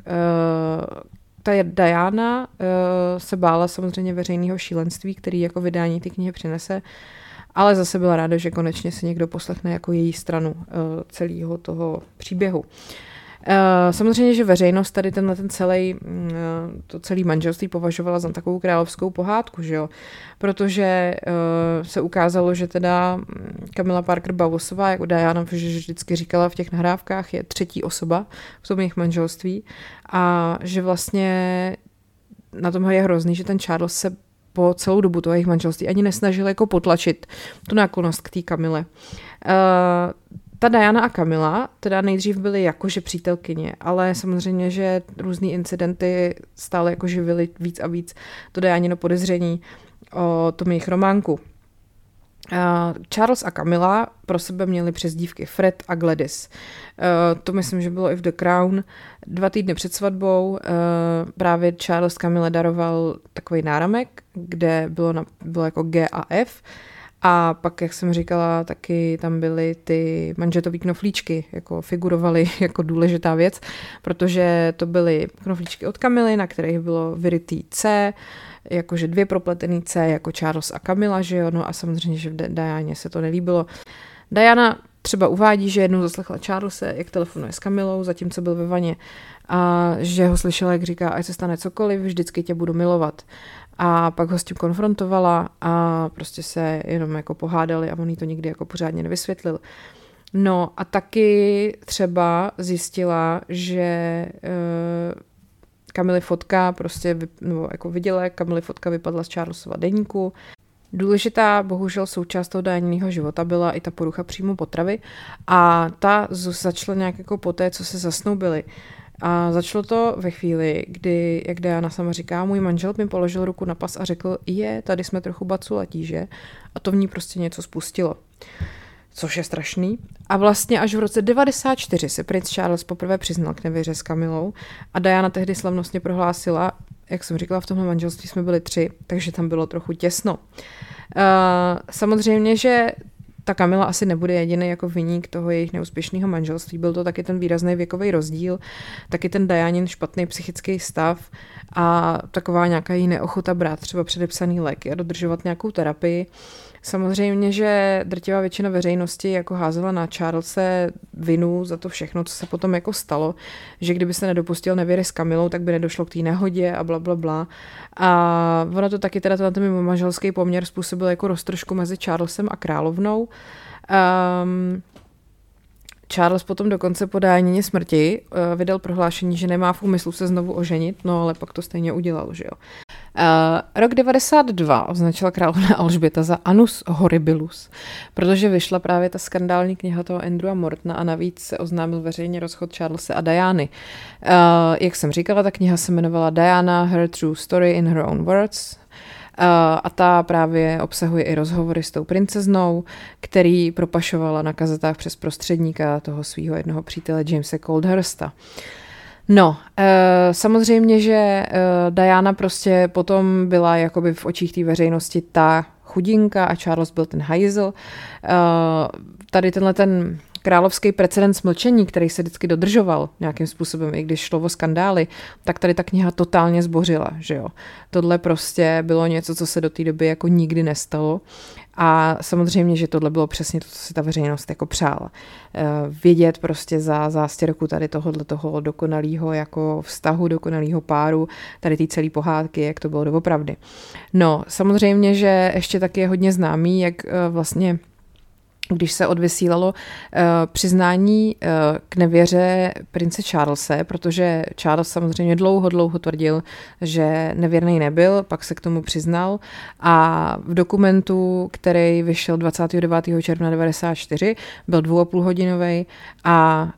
Ta Diana uh, se bála samozřejmě veřejného šílenství, který jako vydání ty knihy přinese, ale zase byla ráda, že konečně se někdo poslechne jako její stranu uh, celého toho příběhu. Uh, samozřejmě, že veřejnost tady tenhle ten celý, uh, to celé manželství považovala za takovou královskou pohádku, že jo? Protože uh, se ukázalo, že teda Camilla Parker Bowlesová, jako Diana vždycky říkala v těch nahrávkách, je třetí osoba v tom jejich manželství a že vlastně na tom je hrozný, že ten Charles se po celou dobu toho jejich manželství ani nesnažil jako potlačit tu náklonost k té Camille. Uh, Ta Diana a Camilla teda nejdřív byly jakože přítelkyně, ale samozřejmě, že různý incidenty stále jako živily víc a víc to Dianino podezření o tom jejich románku. Uh, Charles a Camilla pro sebe měli přezdívky Fred a Gladys. Uh, to myslím, že bylo i v The Crown. Dva týdny před svatbou uh, právě Charles Camille daroval takový náramek, kde bylo, na, bylo jako G a F. A pak, jak jsem říkala, taky tam byly ty manžetový knoflíčky, jako figurovaly jako důležitá věc, protože to byly knoflíčky od Camily, na kterých bylo vyrytý C, jakože dvě propletený C, jako Charles a Camilla, že jo, no a samozřejmě, že v Dianě se to nelíbilo. Diana třeba uvádí, že jednou zaslechla Charlese, jak telefonuje s Camillou, zatímco byl ve vaně, a že ho slyšela, jak říká, ať se stane cokoliv, vždycky tě budu milovat. A pak ho s tím konfrontovala a prostě se jenom jako pohádali a on jí to nikdy jako pořádně nevysvětlil. No a taky třeba zjistila, že uh, Camille fotka prostě, nebo jako viděla, jak Camille fotka vypadla z Charlesova deníku. Důležitá, bohužel součást toho Dianiného života byla i ta porucha příjmu potravy a ta začala nějak jako poté, co se zasnoubili. A začalo to ve chvíli, kdy, jak Diana sama říká, můj manžel mi položil ruku na pas a řekl, je, tady jsme trochu baculatí, že? A to v ní prostě něco spustilo. Což je strašný. A vlastně až v roce devadesát čtyři se princ Charles poprvé přiznal k nevěře s Camillou a Diana tehdy slavnostně prohlásila, jak jsem říkala, v tomhle manželství jsme byli tři, takže tam bylo trochu těsno. Uh, samozřejmě, že ta Kamila asi nebude jediný jako viník toho jejich neúspěšného manželství. Byl to taky ten výrazný věkový rozdíl, taky ten Dianin špatný psychický stav a taková nějaká její neochota brát třeba předepsaný léky a dodržovat nějakou terapii. Samozřejmě, že drtivá většina veřejnosti jako házela na Charlese vinu za to všechno, co se potom jako stalo, že kdyby se nedopustil nevěry s Kamilou, tak by nedošlo k té nehodě a bla, bla, bla. A ono to taky teda ten mimomanželský poměr způsobil jako roztržku mezi Charlesem a královnou. Um, Charles potom dokonce po dánině smrti uh, vydal prohlášení, že nemá v úmyslu se znovu oženit, no ale pak to stejně udělal, že jo. Uh, rok devadesát dva označila královna Alžběta za annus horribilus, protože vyšla právě ta skandální kniha toho Andrewa Mortona a navíc se oznámil veřejně rozchod Charlese a Diany. Uh, jak jsem říkala, ta kniha se jmenovala Diana, Her True Story in Her Own Words. Uh, a ta právě obsahuje i rozhovory s tou princeznou, který propašovala na kazetách přes prostředníka toho svého jednoho přítele Jamese Coldhursta. No, uh, samozřejmě, že uh, Diana prostě potom byla jakoby v očích té veřejnosti ta chudinka a Charles byl ten hajzl. Uh, tady tenhle ten královský precedens mlčení, který se vždycky dodržoval nějakým způsobem, i když šlo o skandály, tak tady ta kniha totálně zbořila, že jo. Tohle prostě bylo něco, co se do té doby jako nikdy nestalo a samozřejmě, že tohle bylo přesně to, co si ta veřejnost jako přála. Vědět prostě za zástěrku tady tohohle toho dokonalého jako vztahu, dokonalého páru, tady té celé pohádky, jak to bylo doopravdy. No, samozřejmě, že ještě taky je hodně známý, jak vlastně když se odvysílalo uh, přiznání uh, k nevěře prince Charlese, protože Charles samozřejmě dlouho, dlouho tvrdil, že nevěrný nebyl, pak se k tomu přiznal a v dokumentu, který vyšel dvacátého devátého června devadesát čtyři, byl dvou a půl hodinovej a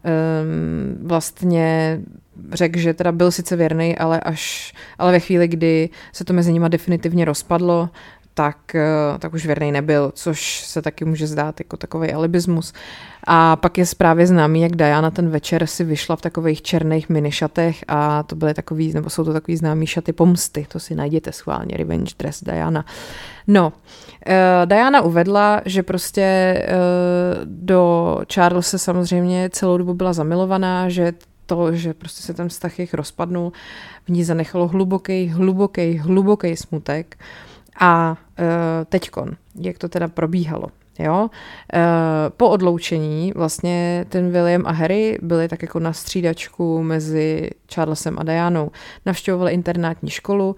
um, vlastně řekl, že teda byl sice věrný, ale až, ale ve chvíli, kdy se to mezi nima definitivně rozpadlo, tak, tak už věrnej nebyl, což se taky může zdát jako takovej alibismus. A pak je právě známý, jak Diana ten večer si vyšla v takových černých minišatech a to byly takový, nebo jsou to takový známý šaty pomsty, to si najděte schválně, Revenge Dress Diana. No, uh, Diana uvedla, že prostě uh, do Charlese samozřejmě celou dobu byla zamilovaná, že to, že prostě se ten vztah jich rozpadnul, v ní zanechalo hluboký, hluboký, hluboký smutek. A uh, teďkon, jak to teda probíhalo, jo? Uh, po odloučení vlastně ten William a Harry byli tak jako na střídačku mezi Charlesem a Dianou. Navštěvovali internátní školu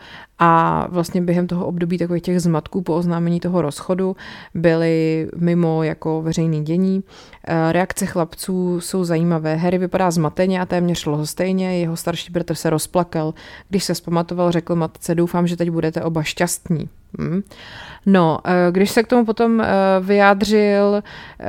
a vlastně během toho období takových těch zmatků po oznámení toho rozchodu byli mimo jako veřejný dění. Uh, reakce chlapců jsou zajímavé. Harry vypadá zmateně a téměř lhostejně, jeho starší bratr se rozplakal. Když se vzpamatoval, řekl matce, doufám, že teď budete oba šťastní. Hmm. No, když se k tomu potom vyjádřil,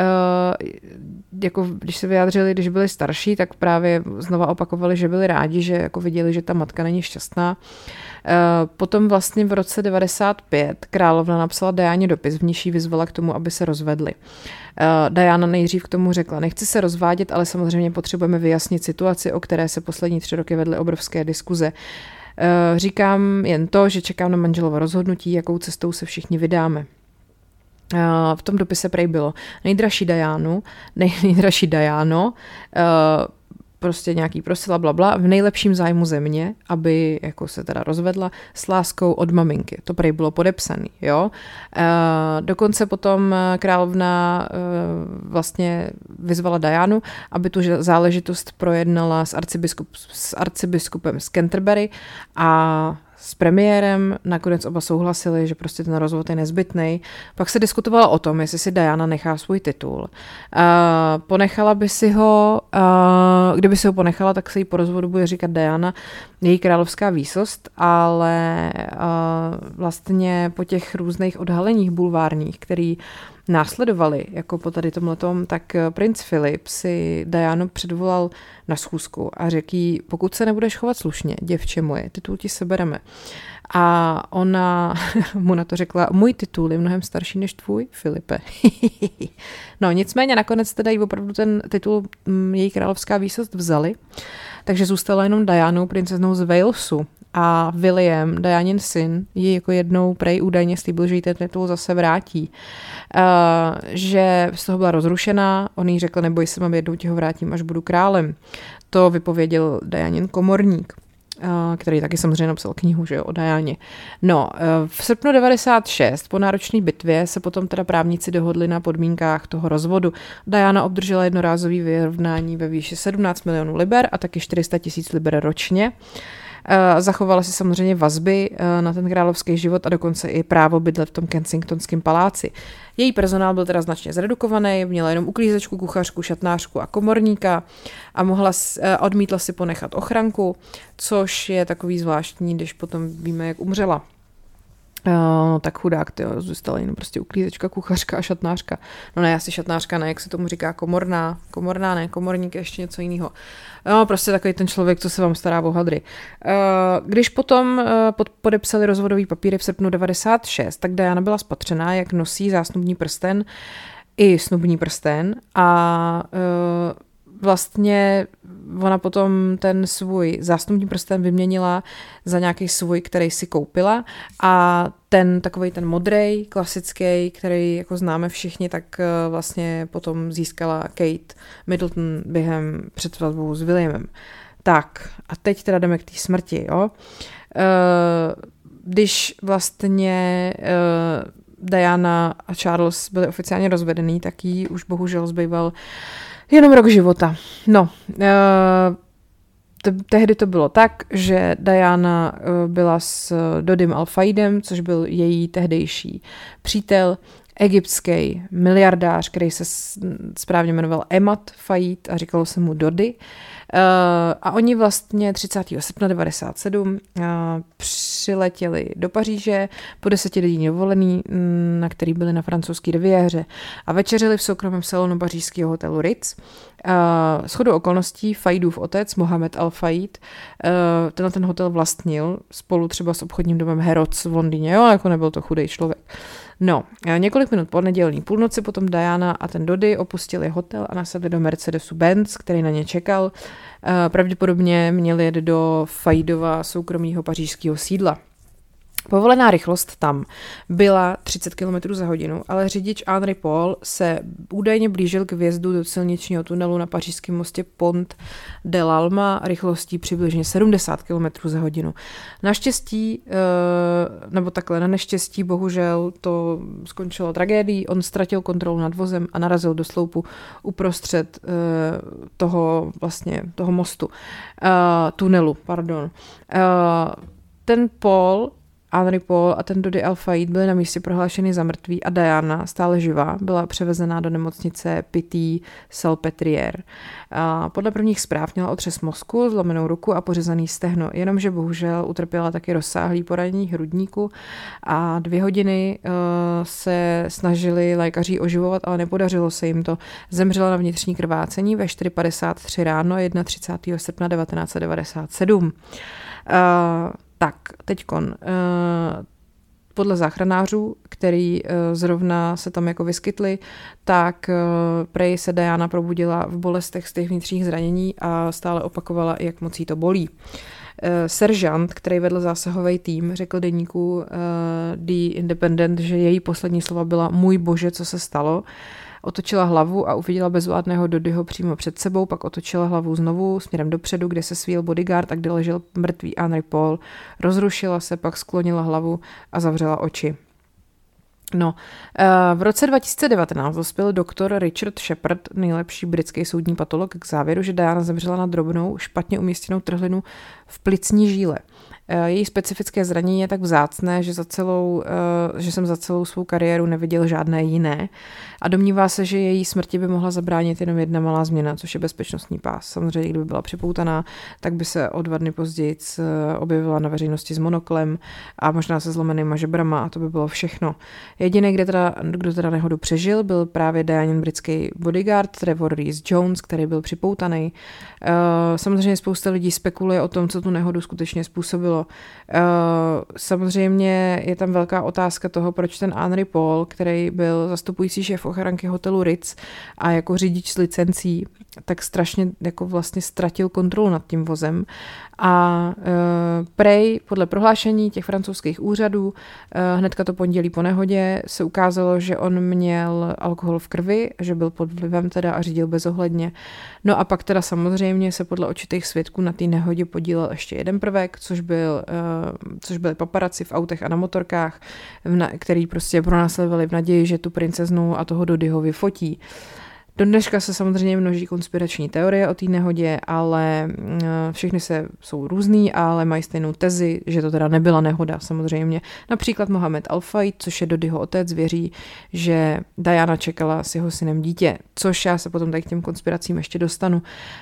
jako když se vyjádřili, když byli starší, tak právě znova opakovali, že byli rádi, že jako viděli, že ta matka není šťastná. Potom vlastně v roce devadesát pět královna napsala Dianě dopis, v níž jí vyzvala k tomu, aby se rozvedli. Diana nejdřív k tomu řekla, nechci se rozvádět, ale samozřejmě potřebujeme vyjasnit situaci, o které se poslední tři roky vedly obrovské diskuze. Říkám jen to, že čekám na manželovo rozhodnutí, jakou cestou se všichni vydáme. V tom dopise prej bylo nejdražší Dianu, nej, nejdražší Diano, prostě nějaký prosila, blabla, v nejlepším zájmu země, aby jako se teda rozvedla s láskou od maminky. To prej bylo podepsaný, jo. E, dokonce potom královna e, vlastně vyzvala Dianu, aby tu záležitost projednala s, arcibiskup, s arcibiskupem z Canterbury a s premiérem, nakonec oba souhlasili, že prostě ten rozvod je nezbytný. Pak se diskutovalo o tom, jestli si Diana nechá svůj titul. Uh, ponechala by si ho, uh, kdyby si ho ponechala, tak se jí po rozvodu bude říkat Diana, její královská výsost, ale uh, vlastně po těch různých odhaleních bulvárních, který následovali, jako po tady tomhletom, tak princ Filip si Dianu předvolal na schůzku a řekl jí, pokud se nebudeš chovat slušně, děvče moje, titul ti sebereme. A ona mu na to řekla, můj titul je mnohem starší než tvůj, Filipe. No nicméně nakonec teda jí opravdu ten titul její královská výsost vzali, takže zůstala jenom Dianou, princeznou z Walesu. a William, Dianin syn, ji jako jednou prej údajně slíbil, že jí ten titul zase vrátí. Uh, že z toho byla rozrušená, on jí řekl, neboj se, mám, jednou ti ho vrátím, až budu králem. To vypověděl Dianin komorník, který taky samozřejmě napsal knihu, že jo, o Dianě. No, v srpnu devadesát šest po náročné bitvě se potom teda právníci dohodli na podmínkách toho rozvodu. Diana obdržela jednorázový vyrovnání ve výši sedmnáct milionů liber a taky čtyři sta tisíc liber ročně. Zachovala si samozřejmě vazby na ten královský život a dokonce i právo bydlet v tom Kensingtonském paláci. Její personál byl teda značně zredukovaný, měla jenom uklízečku, kuchařku, šatnářku a komorníka a mohla, odmítla si ponechat ochranku, což je takový zvláštní, když potom víme, jak umřela. Uh, tak chudák, tyjo, zůstala jenom prostě uklízečka, kuchařka a šatnářka. No ne, asi šatnářka ne, jak se tomu říká, komorná. Komorná ne, komorník je ještě něco jiného. No, prostě takový ten člověk, co se vám stará o hadry. Uh, když potom uh, pod, podepsali rozvodový papíry v srpnu devadesát šest, tak Diana byla spatřená, jak nosí zásnubní prsten i snubní prsten a uh, vlastně ona potom ten svůj zásnubní prsten vyměnila za nějaký svůj, který si koupila a ten takovej ten modrej, klasický, který jako známe všichni, tak vlastně potom získala Kate Middleton během před svatbou s Williamem. Tak a teď teda jdeme k té smrti, jo. Když vlastně Diana a Charles byli oficiálně rozvedený, tak jí už bohužel zbýval jenom rok života. No, te- tehdy to bylo tak, že Diana byla s Dodym Al-Faidem, což byl její tehdejší přítel, egyptský miliardář, který se správně jmenoval Emad Faid a říkalo se mu Dodi. A oni vlastně třicátého srpna devadesát sedm přiletěli do Paříže po desetidenní dovolený, na který byli na francouzské riviéře a večeřili v soukromém salonu pařížského hotelu Ritz. Shodou okolností Faidův otec Mohamed Al-Faid tenhle ten hotel vlastnil spolu třeba s obchodním domem Harrods v Londýně, jo, jako nebyl to chudej člověk. No, několik minut po nedělní půlnoci potom Diana a ten Dodi opustili hotel a nasedli do Mercedesu Benz, který na ně čekal. Pravděpodobně měli jet do Faidova soukromého pařížského sídla. Povolená rychlost tam byla třicet kilometrů za hodinu, ale řidič Henri Paul se údajně blížil k vjezdu do silničního tunelu na pařížském mostě Pont de l'Alma rychlostí přibližně sedmdesát kilometrů za hodinu. Naštěstí, nebo takhle na neštěstí, bohužel to skončilo tragédií, on ztratil kontrolu nad vozem a narazil do sloupu uprostřed toho vlastně toho mostu, tunelu, pardon. Ten Paul Henri Paul a ten Dodi Al-Faid byli na místě prohlášeni za mrtví a Diana, stále živá, byla převezená do nemocnice Pity Salpêtrière. Podle prvních zpráv měla otřes mozku, zlomenou ruku a pořezaný stehno, jenomže bohužel utrpěla taky rozsáhlý poranění hrudníku a dvě hodiny uh, se snažili lékaři oživovat, ale nepodařilo se jim to. Zemřela na vnitřní krvácení ve čtyři padesát tři ráno třicátého prvního srpna devatenáct set devadesát sedm. Uh, Tak, teďkon, uh, podle záchranářů, který uh, zrovna se tam jako vyskytli, tak uh, prej se Diana probudila v bolestech z těch vnitřních zranění a stále opakovala, jak moc jí to bolí. Uh, seržant, který vedl zásahový tým, řekl deníku uh, The Independent, že její poslední slova byla můj bože, co se stalo. Otočila hlavu a uviděla bezvládného Dodyho přímo před sebou, pak otočila hlavu znovu směrem dopředu, kde se svíjel bodyguard a kde ležel mrtvý Henri Paul. Rozrušila se, pak sklonila hlavu a zavřela oči. No, v roce dva tisíce devatenáct dospěl doktor Richard Shepard, nejlepší britský soudní patolog, k závěru, že Diana zemřela na drobnou, špatně umístěnou trhlinu v plicní žíle. Její specifické zranění je tak vzácné, že, za celou, že jsem za celou svou kariéru neviděl žádné jiné a domnívá se, že její smrti by mohla zabránit jenom jedna malá změna, což je bezpečnostní pás. Samozřejmě, kdyby byla připoutaná, tak by se o dva dny později objevila na veřejnosti s monoklem a možná se zlomenýma žebrama a to by bylo všechno. Jediný, kde teda, kdo teda nehodu přežil, byl právě Dianin britský bodyguard Trevor Rees-Jones, který byl připoutaný. Samozřejmě spousta lidí spekuluje o tom, co tu nehodu skutečně způsobilo. stalo. Samozřejmě je tam velká otázka toho, proč ten Henry Paul, který byl zastupující šéf ochranky hotelu Ritz a jako řidič s licencí, tak strašně jako vlastně ztratil kontrolu nad tím vozem. A uh, prej, podle prohlášení těch francouzských úřadů, uh, hnedka to pondělí po nehodě se ukázalo, že on měl alkohol v krvi, že byl pod vlivem teda a řídil bezohledně. No a pak teda samozřejmě se podle očitých svědků na té nehodě podílel ještě jeden prvek, což, byl, uh, což byly paparazzi v autech a na motorkách, na, který prostě pronásledovali v naději, že tu princeznu a toho Dodyho vyfotí. Do dneška se samozřejmě množí konspirační teorie o té nehodě, ale všechny se jsou různý, ale mají stejnou tezi, že to teda nebyla nehoda samozřejmě. Například Mohamed Al-Fayed, což je Dodyho otec, věří, že Diana čekala s jeho synem dítě, což já se potom tady k těm konspiracím ještě dostanu.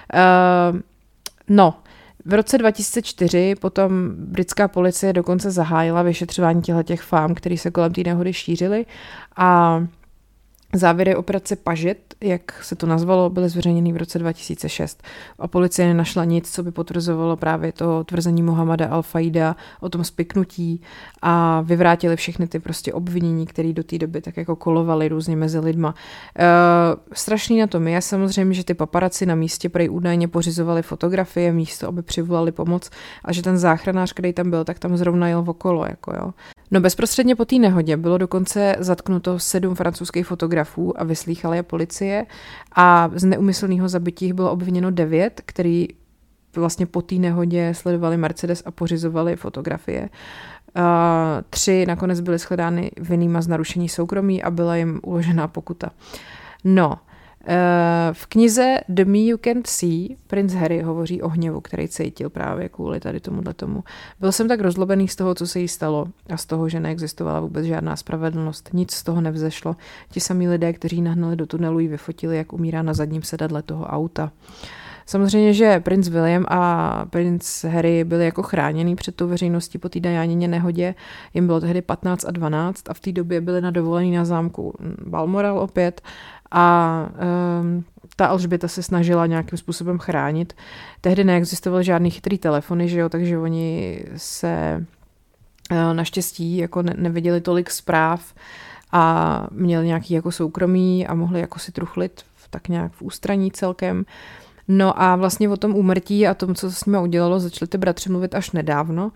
Uh, no, v roce dva tisíce čtyři potom britská policie dokonce zahájila vyšetřování těch fám, které se kolem té nehody šířily a závěry operace Pažet, jak se to nazvalo, byly zveřejněny v roce dva tisíce šest a policie nenašla nic, co by potvrzovalo právě to tvrzení Mohameda Al-Fayeda o tom spiknutí a vyvrátili všechny ty prostě obvinění, které do té doby tak jako kolovaly různě mezi lidma. E, strašný na tom je samozřejmě, že ty paparazzi na místě prej údajně pořizovali fotografie místo, aby přivolali pomoc a že ten záchranář, který tam byl, tak tam zrovna jel okolo, jako jo. No bezprostředně po té nehodě bylo dokonce zatknuto sedm francouzských fotografů a vyslýchala je policie a z neumyslného zabití jich bylo obviněno devět, který vlastně po té nehodě sledovali Mercedes a pořizovali fotografie. Uh, tři nakonec byly shledány vinnýma z narušení soukromí a byla jim uložená pokuta. No, v knize The Me You Can't See princ Harry hovoří o hněvu, který cítil právě kvůli tady tomuhle tomu. Byl jsem tak rozlobený z toho, co se jí stalo a z toho, že neexistovala vůbec žádná spravedlnost. Nic z toho nevzešlo. Ti samí lidé, kteří nahnali do tunelu, ji vyfotili, jak umírá na zadním sedadle toho auta. Samozřejmě, že princ William a princ Harry byli jako chráněný před tou veřejností po té Dianině nehodě. Jim bylo tehdy patnáct a dvanáct a v té době byli na dovolení na zámku Balmoral opět a um, ta Alžběta se snažila nějakým způsobem chránit. Tehdy neexistovaly žádný chytrý telefony, že jo, takže oni se uh, naštěstí jako ne- neviděli tolik zpráv a měli nějaký jako soukromí a mohli jako si truchlit tak nějak v ústraní celkem. No a vlastně o tom úmrtí a tom, co se s nimi udělalo, začali ty bratři mluvit až nedávno.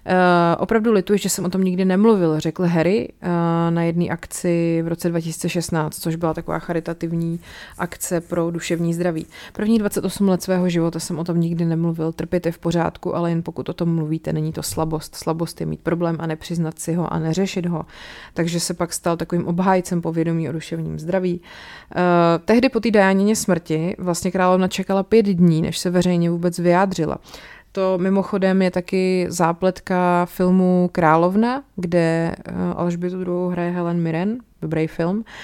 E, opravdu lituji, že jsem o tom nikdy nemluvil, řekl Harry e, na jedné akci v roce dva tisíce šestnáct, což byla taková charitativní akce pro duševní zdraví. První dvacet osm let svého života jsem o tom nikdy nemluvil, trpěte v pořádku, ale jen pokud o tom mluvíte, není to slabost. Slabost je mít problém a nepřiznat si ho a neřešit ho. Takže se pak stal takovým obhájcem povědomí o duševním zdraví. E, tehdy po té Dianině smrti vlastně královna čekala pět dní, než se veřejně vůbec vyjádřila. To mimochodem je taky zápletka filmu Královna, kde Alžbětu druhou hraje Helen Mirren, dobrý film. Uh,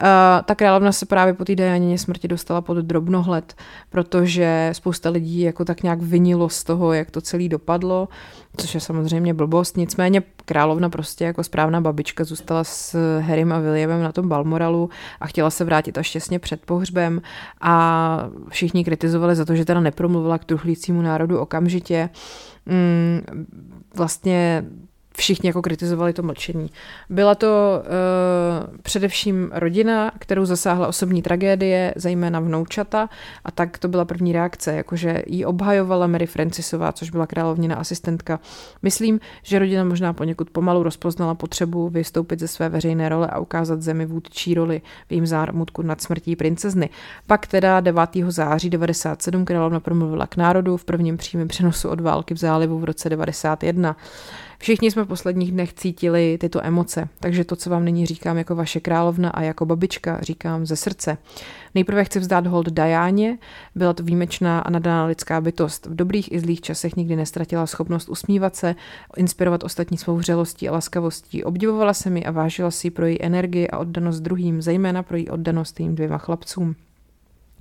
ta královna se právě po té Dianině smrti dostala pod drobnohled, protože spousta lidí jako tak nějak vinilo z toho, jak to celé dopadlo, což je samozřejmě blbost. Nicméně královna prostě jako správná babička zůstala s Harrym a Williamem na tom Balmoralu a chtěla se vrátit až těsně před pohřbem a všichni kritizovali za to, že teda nepromluvila k truchlícímu národu okamžitě. Mm, vlastně všichni jako kritizovali to mlčení. Byla to uh, především rodina, kterou zasáhla osobní tragédie, zejména vnoučata, a tak to byla první reakce, jakože jí obhajovala Mary Francisová, což byla královnina asistentka. Myslím, že rodina možná poněkud pomalu rozpoznala potřebu vystoupit ze své veřejné role a ukázat zemi vůdčí roli v jejím zármutku nad smrtí princezny. Pak teda devátého září devadesát sedm královna promluvila k národu v prvním přímém přenosu od války v zálivu v roce devadesát jedna. Všichni jsme v posledních dnech cítili tyto emoce, takže to, co vám nyní říkám jako vaše královna a jako babička, říkám ze srdce. Nejprve chci vzdát hold Dianě, byla to výjimečná a nadaná lidská bytost. V dobrých i zlých časech nikdy nestratila schopnost usmívat se, inspirovat ostatní svou vřelostí a laskavostí. Obdivovala se mi a vážila si pro její energii a oddanost druhým, zejména pro její oddanost jejím dvěma chlapcům.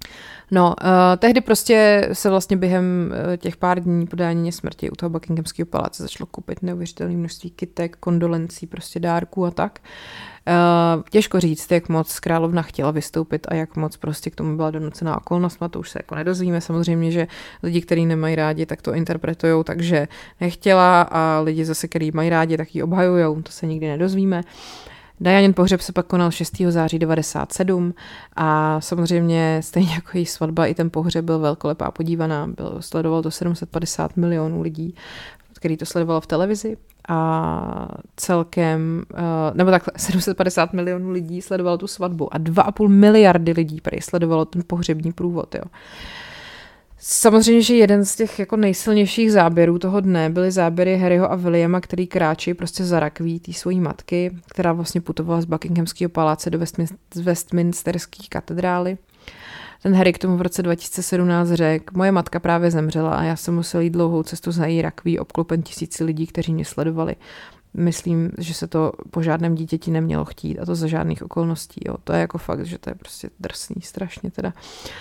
No, uh, tehdy prostě se vlastně během uh, těch pár dní po Dianě smrti u toho Buckinghamského paláce začalo koupit neuvěřitelné množství kytek, kondolencí, prostě dárků a tak. Uh, těžko říct, jak moc královna chtěla vystoupit a jak moc prostě k tomu byla donucená okolnostma, to už se jako nedozvíme. Samozřejmě, že lidi, kteří nemají rádi, tak to interpretujou, takže nechtěla, a lidi zase, kteří mají rádi, tak ji obhajujou, to se nikdy nedozvíme. Dianin pohřeb se pak konal šestého září devadesát sedm a samozřejmě stejně jako její svatba, i ten pohřeb byl velkolepá a podívaná. Byl, sledoval to sedm set padesát milionů lidí, který to sledovalo v televizi, a celkem, nebo takhle, sedm set padesát milionů lidí sledovalo tu svatbu a dva a půl miliardy lidí prý sledovalo ten pohřební průvod, jo. Samozřejmě, že jeden z těch jako nejsilnějších záběrů toho dne byly záběry Harryho a Williama, který kráčí prostě za rakví té svojí matky, která vlastně putovala z Buckinghamského paláce do Westmin- Westminsterské katedrály. Ten Harry k tomu v roce dva tisíce sedmnáct řekl: moje matka právě zemřela a já jsem musel jít dlouhou cestu za její rakví, obklopen tisíci lidí, kteří mě sledovali. Myslím, že se to po žádném dítěti nemělo chtít, a to za žádných okolností. Jo. To je jako fakt, že to je prostě drsný, strašně teda.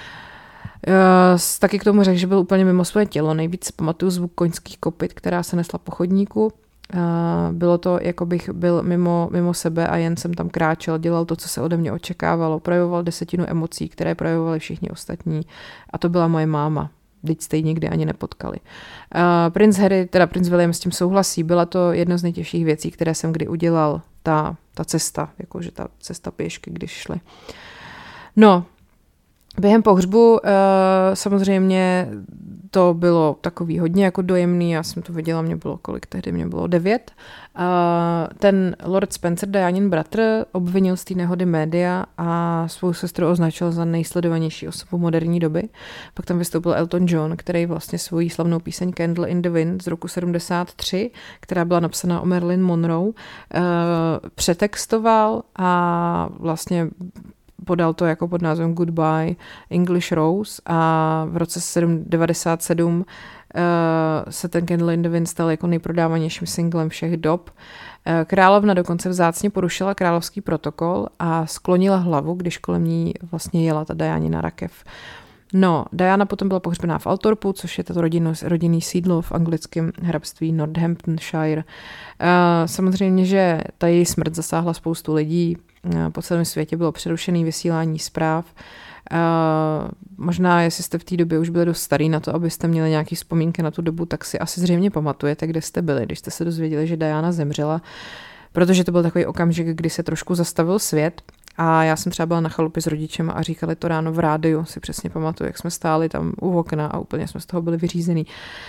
Uh, taky k tomu řekl, že byl úplně mimo svoje tělo. Nejvíc si pamatuju zvuk koňských kopyt, která se nesla po chodníku. Uh, bylo to, jako bych byl mimo, mimo sebe a jen jsem tam kráčel, dělal to, co se ode mě očekávalo, projevoval desetinu emocí, které projevovali všichni ostatní, a to byla moje máma. Vždyť jste ji nikdy ani nepotkali. Uh, princ Harry, teda princ William s tím souhlasí, byla to jedna z nejtěžších věcí, které jsem kdy udělal, ta, ta cesta, jakože ta cesta pěšky, když šli. No, během pohřbu uh, samozřejmě to bylo takový hodně jako dojemný, já jsem to viděla, mě bylo kolik tehdy, mě bylo devět. Uh, ten Lord Spencer, Dianin bratr, obvinil z té nehody média a svou sestru označil za nejsledovanější osobu moderní doby. Pak tam vystoupil Elton John, který vlastně svoji slavnou píseň Candle in the Wind z roku sedmdesát tři, která byla napsaná o Marilyn Monroe, uh, přetextoval a vlastně podal to jako pod názvem Goodbye English Rose, a v roce devadesát sedm uh, se ten Candle in the Wind stal jako nejprodávanějším singlem všech dob. Uh, královna dokonce vzácně porušila královský protokol a sklonila hlavu, když kolem ní vlastně jela ta Dianina rakev. No, Diana potom byla pohřbená v Althorpu, což je tato rodinno, rodinný sídlo v anglickém hrabství Northamptonshire. Uh, samozřejmě, že ta její smrt zasáhla spoustu lidí. Uh, po celém světě bylo přerušené vysílání zpráv. Uh, možná, jestli jste v té době už byli dost starý na to, abyste měli nějaké vzpomínky na tu dobu, tak si asi zřejmě pamatujete, kde jste byli, když jste se dozvěděli, že Diana zemřela, protože to byl takový okamžik, kdy se trošku zastavil svět. A já jsem třeba byla na chalupě s rodičem a říkali to ráno v rádiu, si přesně pamatuju, jak jsme stáli tam u okna a úplně jsme z toho byli vyřízený.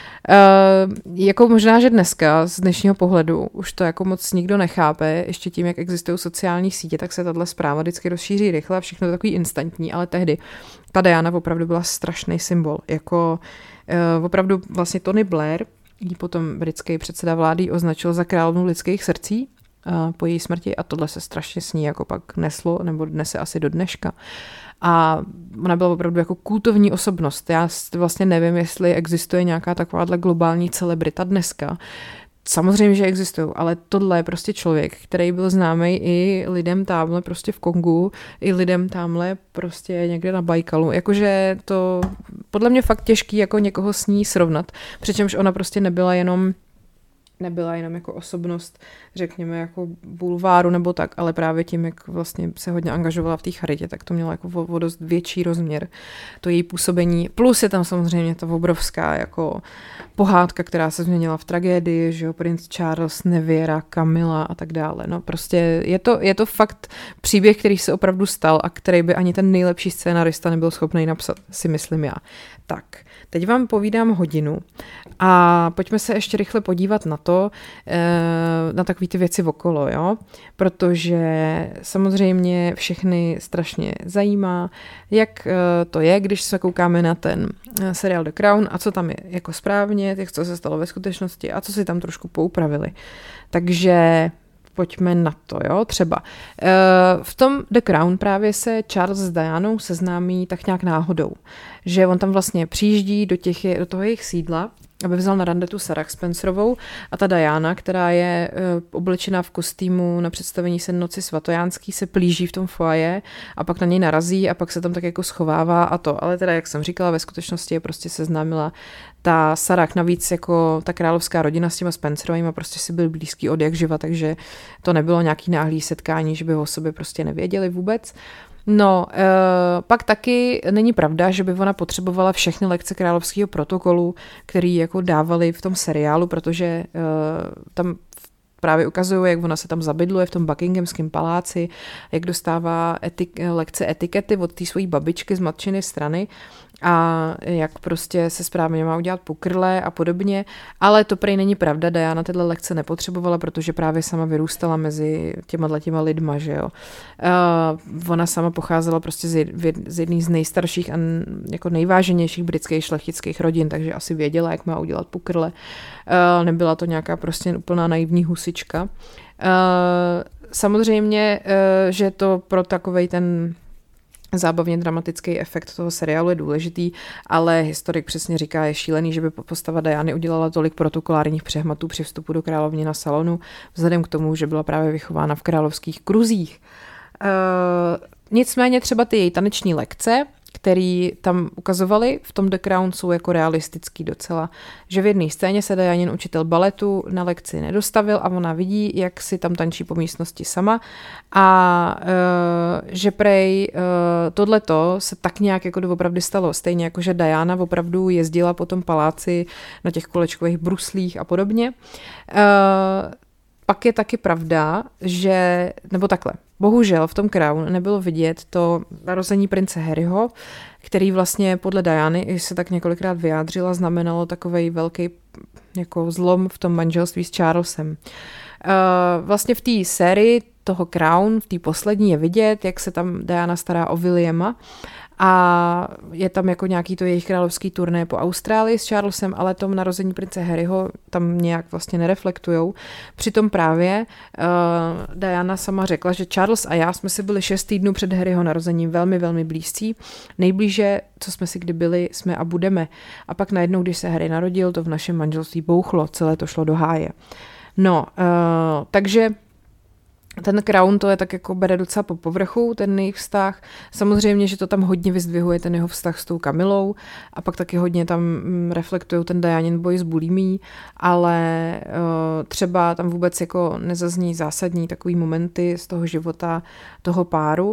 Uh, jako možná, že dneska z dnešního pohledu už to jako moc nikdo nechápe, ještě tím, jak existují sociální sítě, tak se tato zpráva vždycky rozšíří rychle a všechno je takový instantní, ale tehdy ta Diana opravdu byla strašný symbol. Jako uh, opravdu vlastně Tony Blair, jí potom britský předseda vlády, označil za královnu lidských srdcí po její smrti, a tohle se strašně s ní jako pak neslo, nebo dnes se asi do dneška. A ona byla opravdu jako kultovní osobnost. Já vlastně nevím, jestli existuje nějaká takováhle globální celebrita dneska. Samozřejmě, že existují, ale tohle je prostě člověk, který byl známý i lidem támhle prostě v Kongu, i lidem támhle prostě někde na Bajkalu. Jakože to podle mě fakt těžký jako někoho s ní srovnat, přičemž ona prostě nebyla jenom nebyla jenom jako osobnost, řekněme, jako bulváru nebo tak, ale právě tím, jak vlastně se hodně angažovala v té charitě, tak to mělo jako o dost větší rozměr, to její působení. Plus je tam samozřejmě ta obrovská jako pohádka, která se změnila v tragédii, že jo, princ Charles, nevěra, Camilla a tak dále. No prostě je to, je to fakt příběh, který se opravdu stal a který by ani ten nejlepší scénarista nebyl schopný napsat, si myslím já. Tak, teď vám povídám hodinu a pojďme se ještě rychle podívat na to, na takové ty věci okolo, jo? Protože samozřejmě všechny strašně zajímá, jak to je, když se koukáme na ten seriál The Crown a co tam je jako správně, jak co se stalo ve skutečnosti a co si tam trošku poupravili. Takže pojďme na to, jo, třeba. V tom The Crown právě se Charles s Dianou seznámí tak nějak náhodou. že on tam vlastně přijíždí do, těch, do toho jejich sídla, aby vzal na rande tu Sarah Spencerovou a ta Diana, která je uh, oblečená v kostýmu na představení se Noci svatojánský, se plíží v tom foaje a pak na něj narazí a pak se tam tak jako schovává a to. Ale teda, jak jsem říkala, ve skutečnosti je prostě seznámila ta Sarah, navíc jako ta královská rodina s těma Spencerovými prostě si byl blízký od jak živa, takže to nebylo nějaký náhlý setkání, že by o sobě prostě nevěděli vůbec. No, e, pak taky není pravda, že by ona potřebovala všechny lekce královského protokolu, který jako dávali v tom seriálu, protože e, tam právě ukazují, jak ona se tam zabydluje v tom Buckinghamském paláci, jak dostává etik- lekce etikety od té svojí babičky z matčiny strany a jak prostě se správně má udělat pukrle a podobně, ale to prej není pravda, Diana tyhle lekce nepotřebovala, protože právě sama vyrůstala mezi těma těma lidma, že jo. Uh, ona sama pocházela prostě z, jed, z jedných z nejstarších a jako nejváženějších britských šlechtických rodin, takže asi věděla, jak má udělat pukrle. Uh, nebyla to nějaká prostě úplná naivní husička. Uh, samozřejmě, uh, že to pro takovej ten zábavně dramatický efekt toho seriálu je důležitý, ale historik přesně říká, je šílený, že by postava Diany udělala tolik protokolárních přehmatů při vstupu do královny na salonu, vzhledem k tomu, že byla právě vychována v královských kruzích. Uh, nicméně třeba ty její taneční lekce, který tam ukazovali v tom The Crown, jsou jako realistický docela, že v jedné scéně se Dianin učitel baletu na lekci nedostavil a ona vidí, jak si tam tančí po místnosti sama a uh, že prej uh, tohleto se tak nějak jako doopravdy stalo, stejně jako že Diana opravdu jezdila po tom paláci na těch kolečkových bruslích a podobně. Uh, Pak je taky pravda, že, nebo takhle, bohužel v tom Crown nebylo vidět to narození prince Harryho, který vlastně podle Diany, i se tak několikrát vyjádřila, znamenalo takovej velký jako zlom v tom manželství s Charlesem. Uh, vlastně v té sérii toho Crown, v té poslední je vidět, jak se tam Diana stará o Williama a je tam jako nějaký to jejich královský turné po Austrálii s Charlesem, ale tom narození prince Harryho tam nějak vlastně nereflektujou. Přitom právě uh, Diana sama řekla, že Charles a já jsme si byli šest týdnů před Harryho narozením velmi, velmi blízcí. Nejblíže, co jsme si kdy byli, jsme a budeme. A pak najednou, když se Harry narodil, to v našem manželství bouchlo, celé to šlo do háje. No, uh, takže ten Crown to je tak jako bere docela po povrchu, ten jejich vztah. Samozřejmě, že to tam hodně vyzdvihuje ten jeho vztah s tou Camillou a pak taky hodně tam reflektují ten Dianin boj s bulimí, ale uh, třeba tam vůbec jako nezazní zásadní takový momenty z toho života toho páru.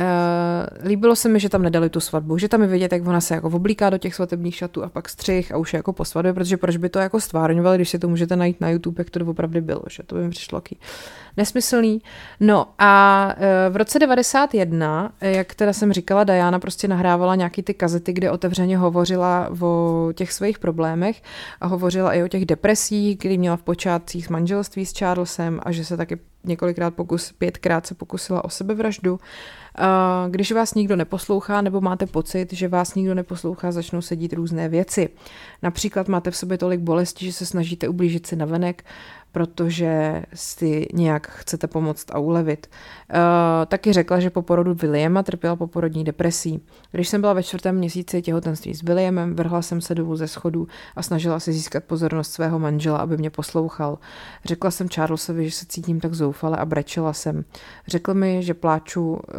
Uh, líbilo se mi, že tam nedali tu svatbu, že tam je vidět, jak ona se jako oblíká do těch svatebních šatů a pak střih a už je jako po svatbě, protože proč by to jako stvárňovali, když si to můžete najít na YouTube, jak to opravdu bylo, že to by mi přišlo ký nesmyslný. No a uh, v roce devadesát jedna, jak teda jsem říkala, Diana prostě nahrávala nějaký ty kazety, kde otevřeně hovořila o těch svých problémech a hovořila i o těch depresích, kdy měla v počátcích manželství s Charlesem a že se taky několikrát pokus, pětkrát se pokusila o sebevraždu. Když vás nikdo neposlouchá nebo máte pocit, že vás nikdo neposlouchá, začnou se dít různé věci. Například máte v sobě tolik bolesti, že se snažíte ublížit si navenek, protože si nějak chcete pomoct a ulevit. Uh, taky řekla, že po porodu Williama trpěla poporodní depresí. Když jsem byla ve čtvrtém měsíci těhotenství s Williamem, vrhla jsem se dolů ze schodů a snažila se získat pozornost svého manžela, aby mě poslouchal. Řekla jsem Charlesovi, že se cítím tak zoufale a brečela jsem. Řekl mi, že pláču, uh,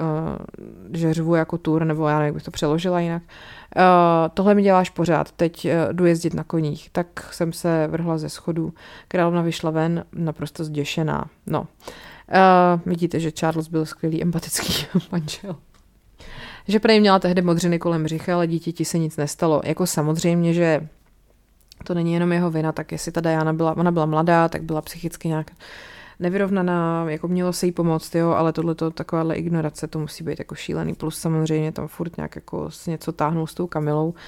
že řvu jako tur, nebo já nevím, jak bych to přeložila jinak. Uh, tohle mi děláš pořád, teď uh, jdu jezdit na koních. Tak jsem se vrhla ze schodů. Královna vyšla ven, naprosto zděšená. No, uh, vidíte, že Charles byl skvělý empatický manžel. Že prej měla tehdy modřiny kolem břicha, ale dítěti se nic nestalo. Jako samozřejmě, že to není jenom jeho vina, tak jestli ta Diana byla, ona byla mladá, tak byla psychicky nějak nevyrovnaná, jako mělo se jí pomoct, jo, ale tohleto, takováhle ignorace, to musí být jako šílený, plus samozřejmě tam furt nějak jako něco táhnou s tou Camillou. Uh,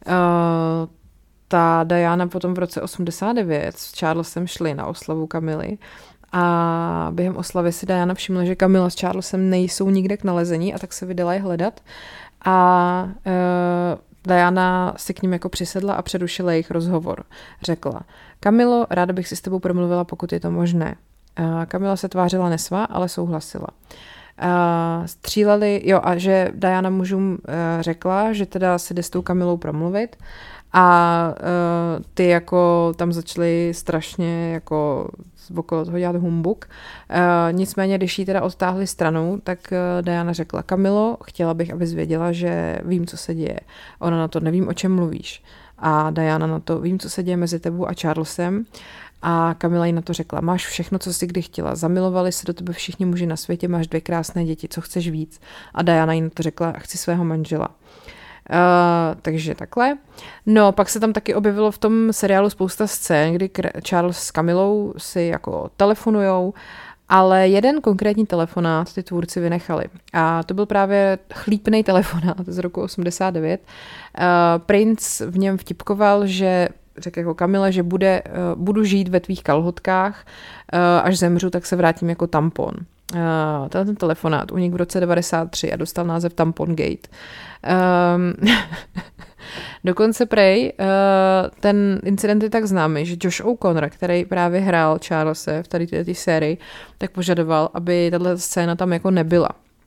ta Diana potom v roce osmdesát devět s Charlesem šli na oslavu Camily a během oslavy si Diana všimla, že Camilla s Charlesem nejsou nikde k nalezení a tak se vydala je hledat a uh, Diana si k ním jako přisedla a přerušila jejich rozhovor. Řekla: Camilo, ráda bych si s tebou promluvila, pokud je to možné. Camilla se tvářila nesvá, ale souhlasila. Uh, stříleli, jo, a že Diana mužům uh, řekla, že teda si jde s tou Kamilou promluvit a uh, ty jako tam začaly strašně jako okolo toho dělat humbuk. Uh, nicméně, když jí teda odtáhli stranou, tak uh, Diana řekla: Kamilo, chtěla bych, abys věděla, že vím, co se děje. Ona na to: nevím, o čem mluvíš. A Diana na to: vím, co se děje mezi tebou a Charlesem. A Kamila jí na to řekla: máš všechno, co jsi kdy chtěla. Zamilovali se do tebe všichni muži na světě, máš dvě krásné děti, co chceš víc. A Diana jí na to řekla: chci svého manžela. Uh, takže takhle. No, pak se tam taky objevilo v tom seriálu spousta scén, kdy Charles s Kamilou si jako telefonujou, ale jeden konkrétní telefonát ty tvůrci vynechali. A to byl právě chlípnej telefonát z roku osmdesát devět. Uh, Prince v něm vtipkoval, že řekl jako Kamile, že bude, uh, budu žít ve tvých kalhotkách, uh, až zemřu, tak se vrátím jako tampon. Uh, ten telefonát unikl v roce devadesát tři a dostal název Tampon Gate. Um, dokonce prej, uh, ten incident je tak známý, že Josh O'Connor, který právě hrál Charlese v tady této sérii, tak požadoval, aby tato scéna tam jako nebyla.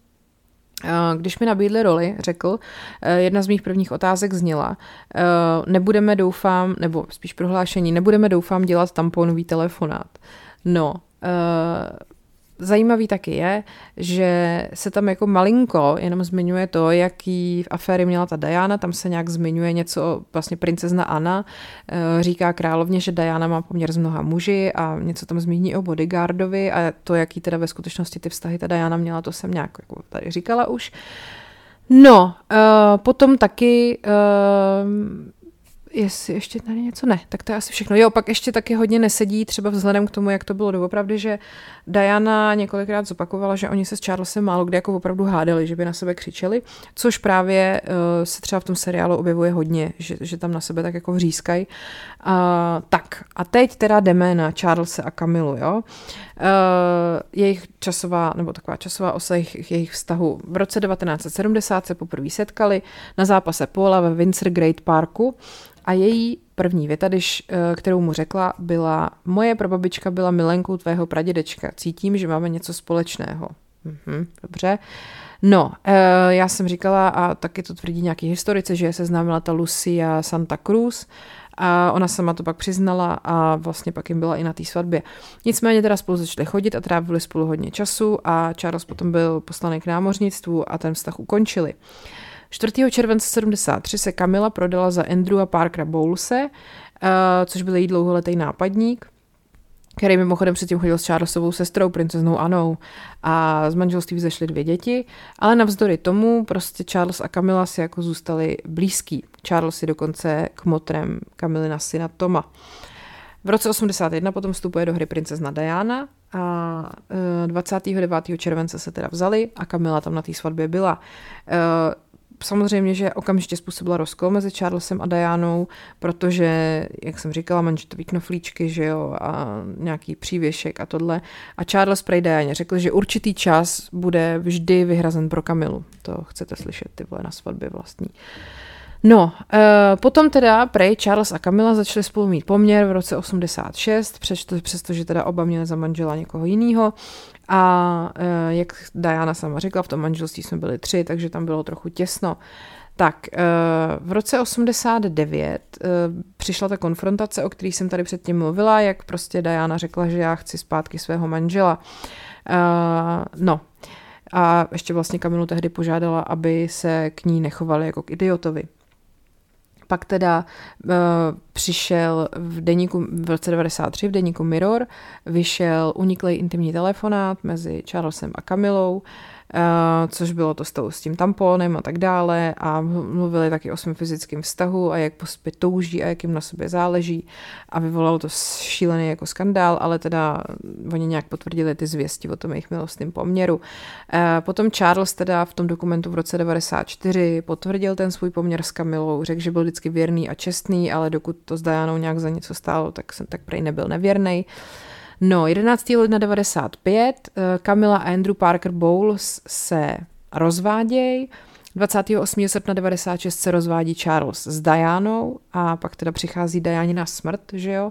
Když mi nabídli roli, řekl, jedna z mých prvních otázek zněla: nebudeme, doufám, nebo spíš prohlášení, nebudeme, doufám, dělat tamponový telefonát. No, zajímavý taky je, že se tam jako malinko jenom zmiňuje to, jaký v aféry měla ta Diana, tam se nějak zmiňuje něco, vlastně princezna Anna říká královně, že Diana má poměr s mnoha muži a něco tam zmíní o bodyguardovi a to, jaký teda ve skutečnosti ty vztahy ta Diana měla, to jsem nějak jako tady říkala už. No, uh, potom taky uh, jestli ještě tady něco ne, tak to je asi všechno. Jo, pak ještě taky hodně nesedí, třeba vzhledem k tomu, jak to bylo doopravdy, že Diana několikrát zopakovala, že oni se s Charlesem málo kde jako opravdu hádali, že by na sebe křičeli, což právě uh, se třeba v tom seriálu objevuje hodně, že, že tam na sebe tak jako vřískají. Uh, tak a teď teda jdeme na Charlese a Kamilu, jo. Uh, jejich časová, nebo taková časová osa jejich, jejich vztahu. V roce devatenáct set sedmdesát se poprvé setkali na zápase póla ve Windsor Great Parku. A její první věta, když, kterou mu řekla, byla: moje prababička byla milenkou tvého pradědečka. Cítím, že máme něco společného. Mhm, dobře. No, já jsem říkala, a taky to tvrdí nějaký historici, že je seznámila ta Lucia Santa Cruz, a ona sama to pak přiznala a vlastně pak jim byla i na té svatbě. Nicméně teda spolu začali chodit a trávili spolu hodně času a Charles potom byl poslaný k námořnictvu a ten vztah ukončili. čtvrtého července sedmdesát tři se Kamila prodala za Andrewa Parkera Bowlese, uh, což byl její dlouholetý nápadník, který mimochodem předtím chodil s Charlesovou sestrou, princeznou Annou, a z manželství vzešly dvě děti, ale navzdory tomu prostě Charles a Kamila si jako zůstali blízký. Charles je dokonce kmotrem Kamilina syna Toma. V roce osmdesát jedna potom vstupuje do hry princezna Diana a dvacátého devátého července se teda vzali a Kamila tam na té svatbě byla. Samozřejmě, že okamžitě způsobila rozkol mezi Charlesem a Dianou, protože, jak jsem říkala, manžetový knoflíčky, že jo, a nějaký přívěšek a tohle. A Charles prej Dianě řekl, že určitý čas bude vždy vyhrazen pro Kamilu. To chcete slyšet, ty vole, na svatbě vlastní. No, e, potom teda prej Charles a Kamila začali spolu mít poměr v roce osmdesát šest, přesto, přestože teda oba měli za manžela někoho jiného. A e, jak Diana sama řekla, v tom manželství jsme byli tři, takže tam bylo trochu těsno. Tak, e, v roce osmdesát devět e, přišla ta konfrontace, o které jsem tady předtím mluvila, jak prostě Diana řekla, že já chci zpátky svého manžela. E, no, a ještě vlastně Kamilu tehdy požádala, aby se k ní nechovali jako k idiotovi. Pak teda uh, přišel v deníku, v roce devadesát tři v deníku Mirror, vyšel uniklý intimní telefonát mezi Charlesem a Kamilou, uh, což bylo to s, tou, s tím tamponem a tak dále, a mluvili taky o svém fyzickém vztahu a jak po sobě touží a jak jim na sobě záleží, a vyvolalo to šílený jako skandál, ale teda oni nějak potvrdili ty zvěsti o tom jejich milostném poměru. Uh, potom Charles teda v tom dokumentu v roce devadesát čtyři potvrdil ten svůj poměr s Kamilou, řekl, že byl vždycky věrný a čestný, ale dokud to s Dianou nějak za něco stálo, tak jsem tak prej nebyl nevěrnej. No, jedenáctého ledna devadesát pět Kamila a Andrew Parker Bowles se rozvádějí dvacátého osmého srpna devadesát šest se rozvádí Charles s Dianou a pak teda přichází Dianina smrt, že jo.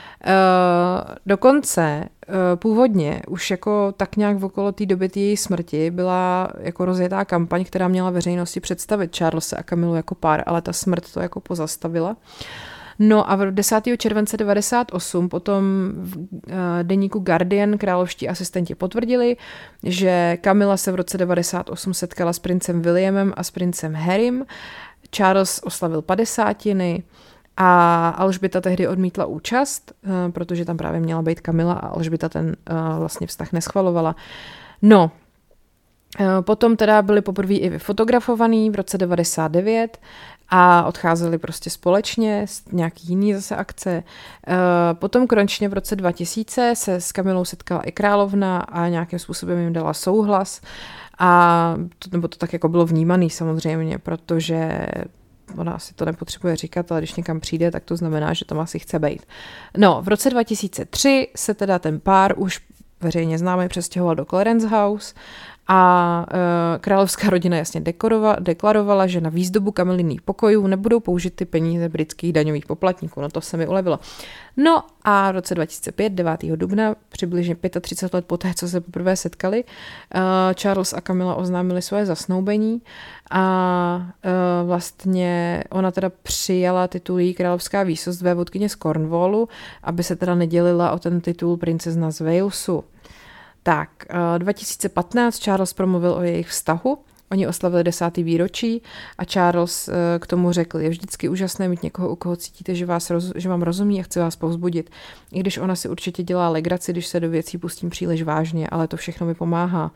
Uh, dokonce uh, původně už jako tak nějak okolo té doby té její smrti byla jako rozjetá kampaň, která měla veřejnosti představit Charlese a Camilu jako pár, ale ta smrt to jako pozastavila. No a v desátého července devadesát osm potom v uh, deníku Guardian královští asistenti potvrdili, že Camilla se v roce devadesát osm setkala s princem Williamem a s princem Harrym. Charles oslavil padesátiny a Alžběta tehdy odmítla účast, uh, protože tam právě měla být Camilla a Alžběta ten uh, vlastně vztah neschvalovala. No, uh, potom teda byli poprvé i fotografovaný v roce devadesát devět a odcházeli prostě společně z nějaký jiný zase akce. Potom konečně v roce dva tisíce se s Camilou setkala i královna a nějakým způsobem jim dala souhlas a to, nebo to tak jako bylo vnímaný samozřejmě, protože ona asi to nepotřebuje říkat, ale když někam přijde, tak to znamená, že tam asi chce být. No, v roce dva tisíce tři se teda ten pár už veřejně známý přestěhoval do Clarence House a e, královská rodina jasně dekorova, deklarovala, že na výzdobu Camiliných pokojů nebudou použity peníze britských daňových poplatníků. No to se mi ulevilo. No a v roce dva tisíce pět, devátého dubna, přibližně třicet pět let poté, co se poprvé setkali, e, Charles a Camilla oznámili svoje zasnoubení a e, vlastně ona teda přijala titul její královská výsost vévodkyně z Cornwallu, aby se teda nedělila o ten titul princezna z Walesu. Tak, dva tisíce patnáct Charles promluvil o jejich vztahu, oni oslavili desátý výročí a Charles k tomu řekl, je vždycky úžasné mít někoho, u koho cítíte, že, vás roz, že vám rozumí a chce vás povzbudit. I když ona si určitě dělá legraci, když se do věcí pustím příliš vážně, ale to všechno mi pomáhá.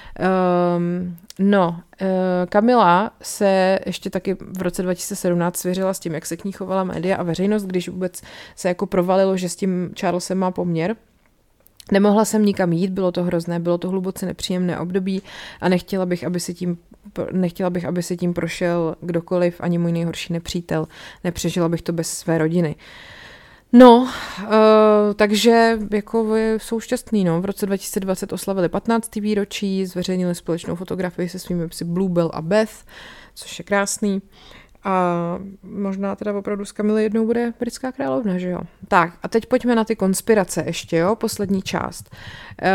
Um, no, uh, Camilla se ještě taky v roce dva tisíce sedmnáct svěřila s tím, jak se k ní chovala média a veřejnost, když vůbec se jako provalilo, že s tím Charlesem má poměr. Nemohla jsem nikam jít, bylo to hrozné, bylo to hluboce nepříjemné období a nechtěla bych, aby se tím, nechtěla bych, aby se tím prošel kdokoliv, ani můj nejhorší nepřítel. Nepřežila bych to bez své rodiny. No, uh, takže jako jsou šťastný, no. V roce dva tisíce dvacet oslavili patnácté výročí, zveřejnili společnou fotografii se svými psy Bluebell a Beth, což je krásný. A možná teda opravdu z Camily jednou bude britská královna, že jo? Tak a teď pojďme na ty konspirace ještě, jo? Poslední část. E,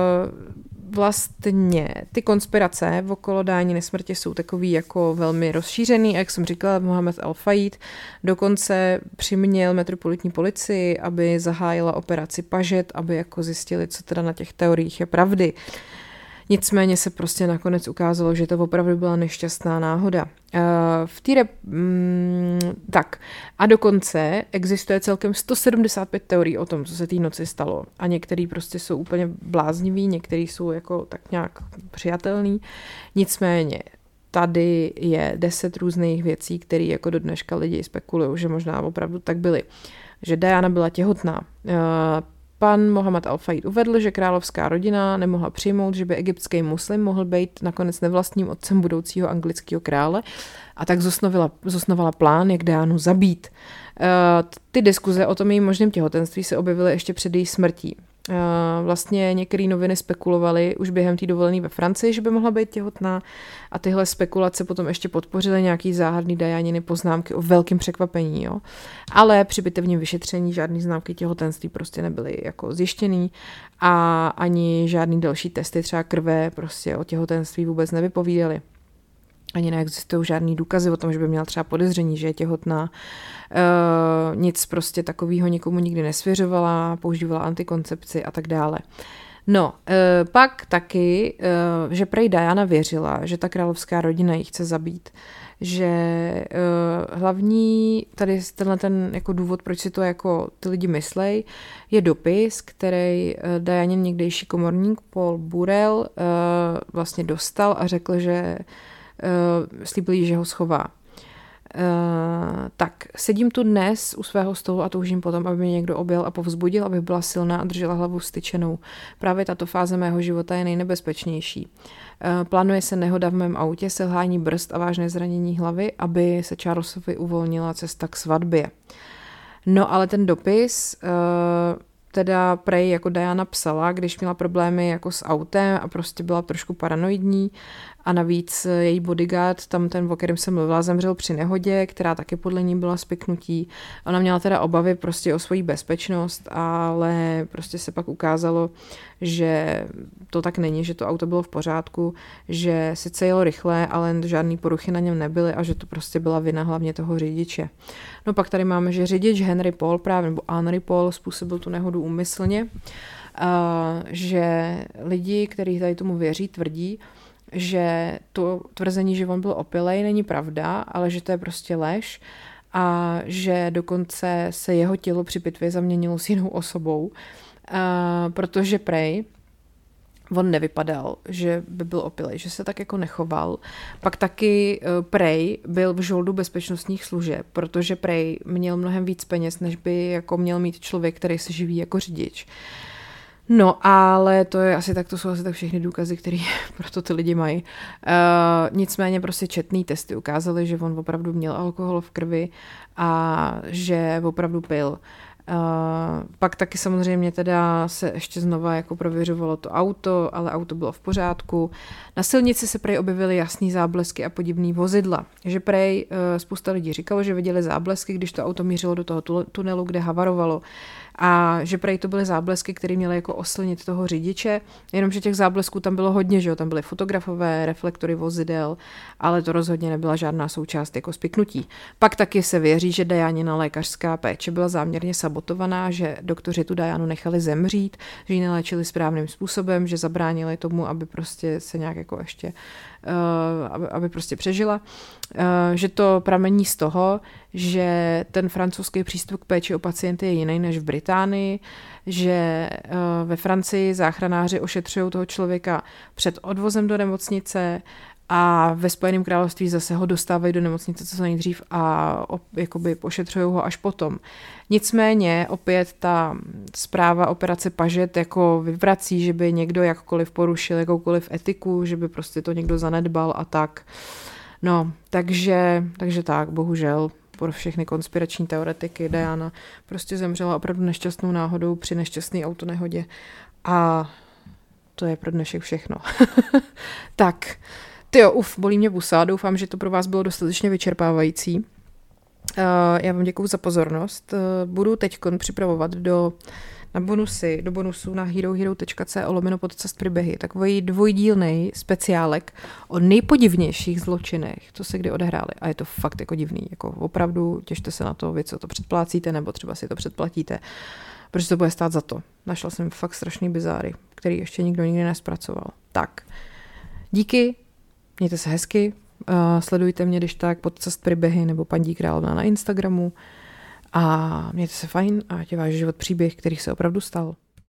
vlastně ty konspirace okolo Dianiny smrti jsou takový jako velmi rozšířený, jak jsem říkala, Mohammed Al-Fayed dokonce přiměl metropolitní policii, aby zahájila operaci Pažet, aby jako zjistili, co teda na těch teoriích je pravdy. Nicméně se prostě nakonec ukázalo, že to opravdu byla nešťastná náhoda. V té mm, tak a dokonce existuje celkem sto sedmdesát pět teorií o tom, co se té noci stalo. A některý prostě jsou úplně bláznivý, některý jsou jako tak nějak přijatelný. Nicméně tady je deset různých věcí, které jako do dneška lidi spekulují, že možná opravdu tak byly. Že Diana byla těhotná. Pan Mohammed Al-Fayed uvedl, že královská rodina nemohla přijmout, že by egyptský muslim mohl být nakonec nevlastním otcem budoucího anglického krále a tak zosnovila, zosnovala plán, jak Dianu zabít. Ty diskuze o tom jejím možném těhotenství se objevily ještě před její smrtí. Vlastně některé noviny spekulovaly už během té dovolené ve Francii, že by mohla být těhotná a tyhle spekulace potom ještě podpořily nějaký záhadný Dianiny poznámky o velkém překvapení. Jo? Ale při bitevním vyšetření žádný známky těhotenství prostě nebyly jako zjištěný a ani žádný další testy třeba krve prostě o těhotenství vůbec nevypovídaly. Ani neexistují žádný důkazy o tom, že by měla třeba podezření, že je těhotná. E, nic prostě takového nikomu nikdy nesvěřovala, používala antikoncepci a tak dále. No, e, pak taky, e, že prej Diana věřila, že ta královská rodina ji chce zabít. Že e, hlavní, tady tenhle ten jako důvod, proč si to jako ty lidi myslej, je dopis, který Dianin někdejší komorník Paul Burrell e, vlastně dostal a řekl, že Uh, slíbil jí, že ho schová. Uh, tak, sedím tu dnes u svého stolu a toužím potom, aby mě někdo objel a povzbudil, abych byla silná a držela hlavu styčenou. Právě tato fáze mého života je nejnebezpečnější. Uh, plánuje se nehoda v mém autě, selhání brzd a vážné zranění hlavy, aby se Charlesovi uvolnila cesta k svatbě. No ale ten dopis uh, teda prej jako Diana psala, když měla problémy jako s autem a prostě byla trošku paranoidní a navíc její bodyguard, tam ten, o kterém jsem mluvila, zemřel při nehodě, která taky podle ní byla spiknutí. Ona měla teda obavy prostě o svoji bezpečnost, ale prostě se pak ukázalo, že to tak není, že to auto bylo v pořádku, že sice jelo rychle, ale žádný poruchy na něm nebyly a že to prostě byla vina hlavně toho řidiče. No pak tady máme, že řidič Henry Paul právě, nebo Henry Paul způsobil tu nehodu úmyslně, a že lidi, kteří tady tomu věří, tvrdí, že to tvrzení, že on byl opilej, není pravda, ale že to je prostě lež a že dokonce se jeho tělo při pitvě zaměnilo s jinou osobou, a protože prej on nevypadal, že by byl opilej, že se tak jako nechoval. Pak taky prej byl v žoldu bezpečnostních služeb, protože prej měl mnohem víc peněz, než by jako měl mít člověk, který se živí jako řidič. No, ale to je asi tak, to jsou asi tak všechny důkazy, které proto ty lidi mají. Uh, nicméně prostě četný testy ukázaly, že on opravdu měl alkohol v krvi a že opravdu pil. Uh, pak taky samozřejmě teda se ještě znova jako prověřovalo to auto, ale auto bylo v pořádku. Na silnici se prej objevily jasný záblesky a podivný vozidla. Že prej uh, spousta lidí říkalo, že viděli záblesky, když to auto mířilo do toho tunelu, kde havarovalo. A že prej to byly záblesky, které měly jako oslnit toho řidiče, jenomže těch záblesků tam bylo hodně, že jo, tam byly fotografové, reflektory vozidel, ale to rozhodně nebyla žádná součást jako spiknutí. Pak taky se věří, že Dianina lékařská péče byla záměrně sabotovaná, že doktoři tu Dianu nechali zemřít, že ji neléčili správným způsobem, že zabránili tomu, aby prostě se nějak jako ještě Uh, aby, aby prostě přežila, uh, že to pramení z toho, že ten francouzský přístup k péči o pacienty je jiný než v Británii, že uh, ve Francii záchranáři ošetřují toho člověka před odvozem do nemocnice a ve Spojeném království zase ho dostávají do nemocnice co nejdřív a op, jakoby ošetřují ho až potom. Nicméně opět ta zpráva operace Pažet jako vyvrací, že by někdo jakkoliv porušil jakoukoliv etiku, že by prostě to někdo zanedbal a tak. No, takže, takže tak, bohužel pro všechny konspirační teoretiky Diana prostě zemřela opravdu nešťastnou náhodou při nešťastné autonehodě a to je pro dnešek všechno. Tak, tyjo, uf, bolí mě busa, doufám, že to pro vás bylo dostatečně vyčerpávající. Uh, já vám děkuju za pozornost. Uh, budu teďkon připravovat do, na bonusy, do bonusů na herohero tečka co lomeno podcast příběhy, takový dvojdílnej speciálek o nejpodivnějších zločinech, co se kdy odehrály. A je to fakt jako divný, jako opravdu těšte se na to, vy co to předplácíte, nebo třeba si to předplatíte, protože to bude stát za to. Našla jsem fakt strašný bizáry, který ještě nikdo nikdy nespracoval. Tak, díky. Mějte se hezky, uh, sledujte mě, když tak, podcast příběhy nebo Paní Královna na Instagramu a mějte se fajn a ať je váš život příběh, který se opravdu stal.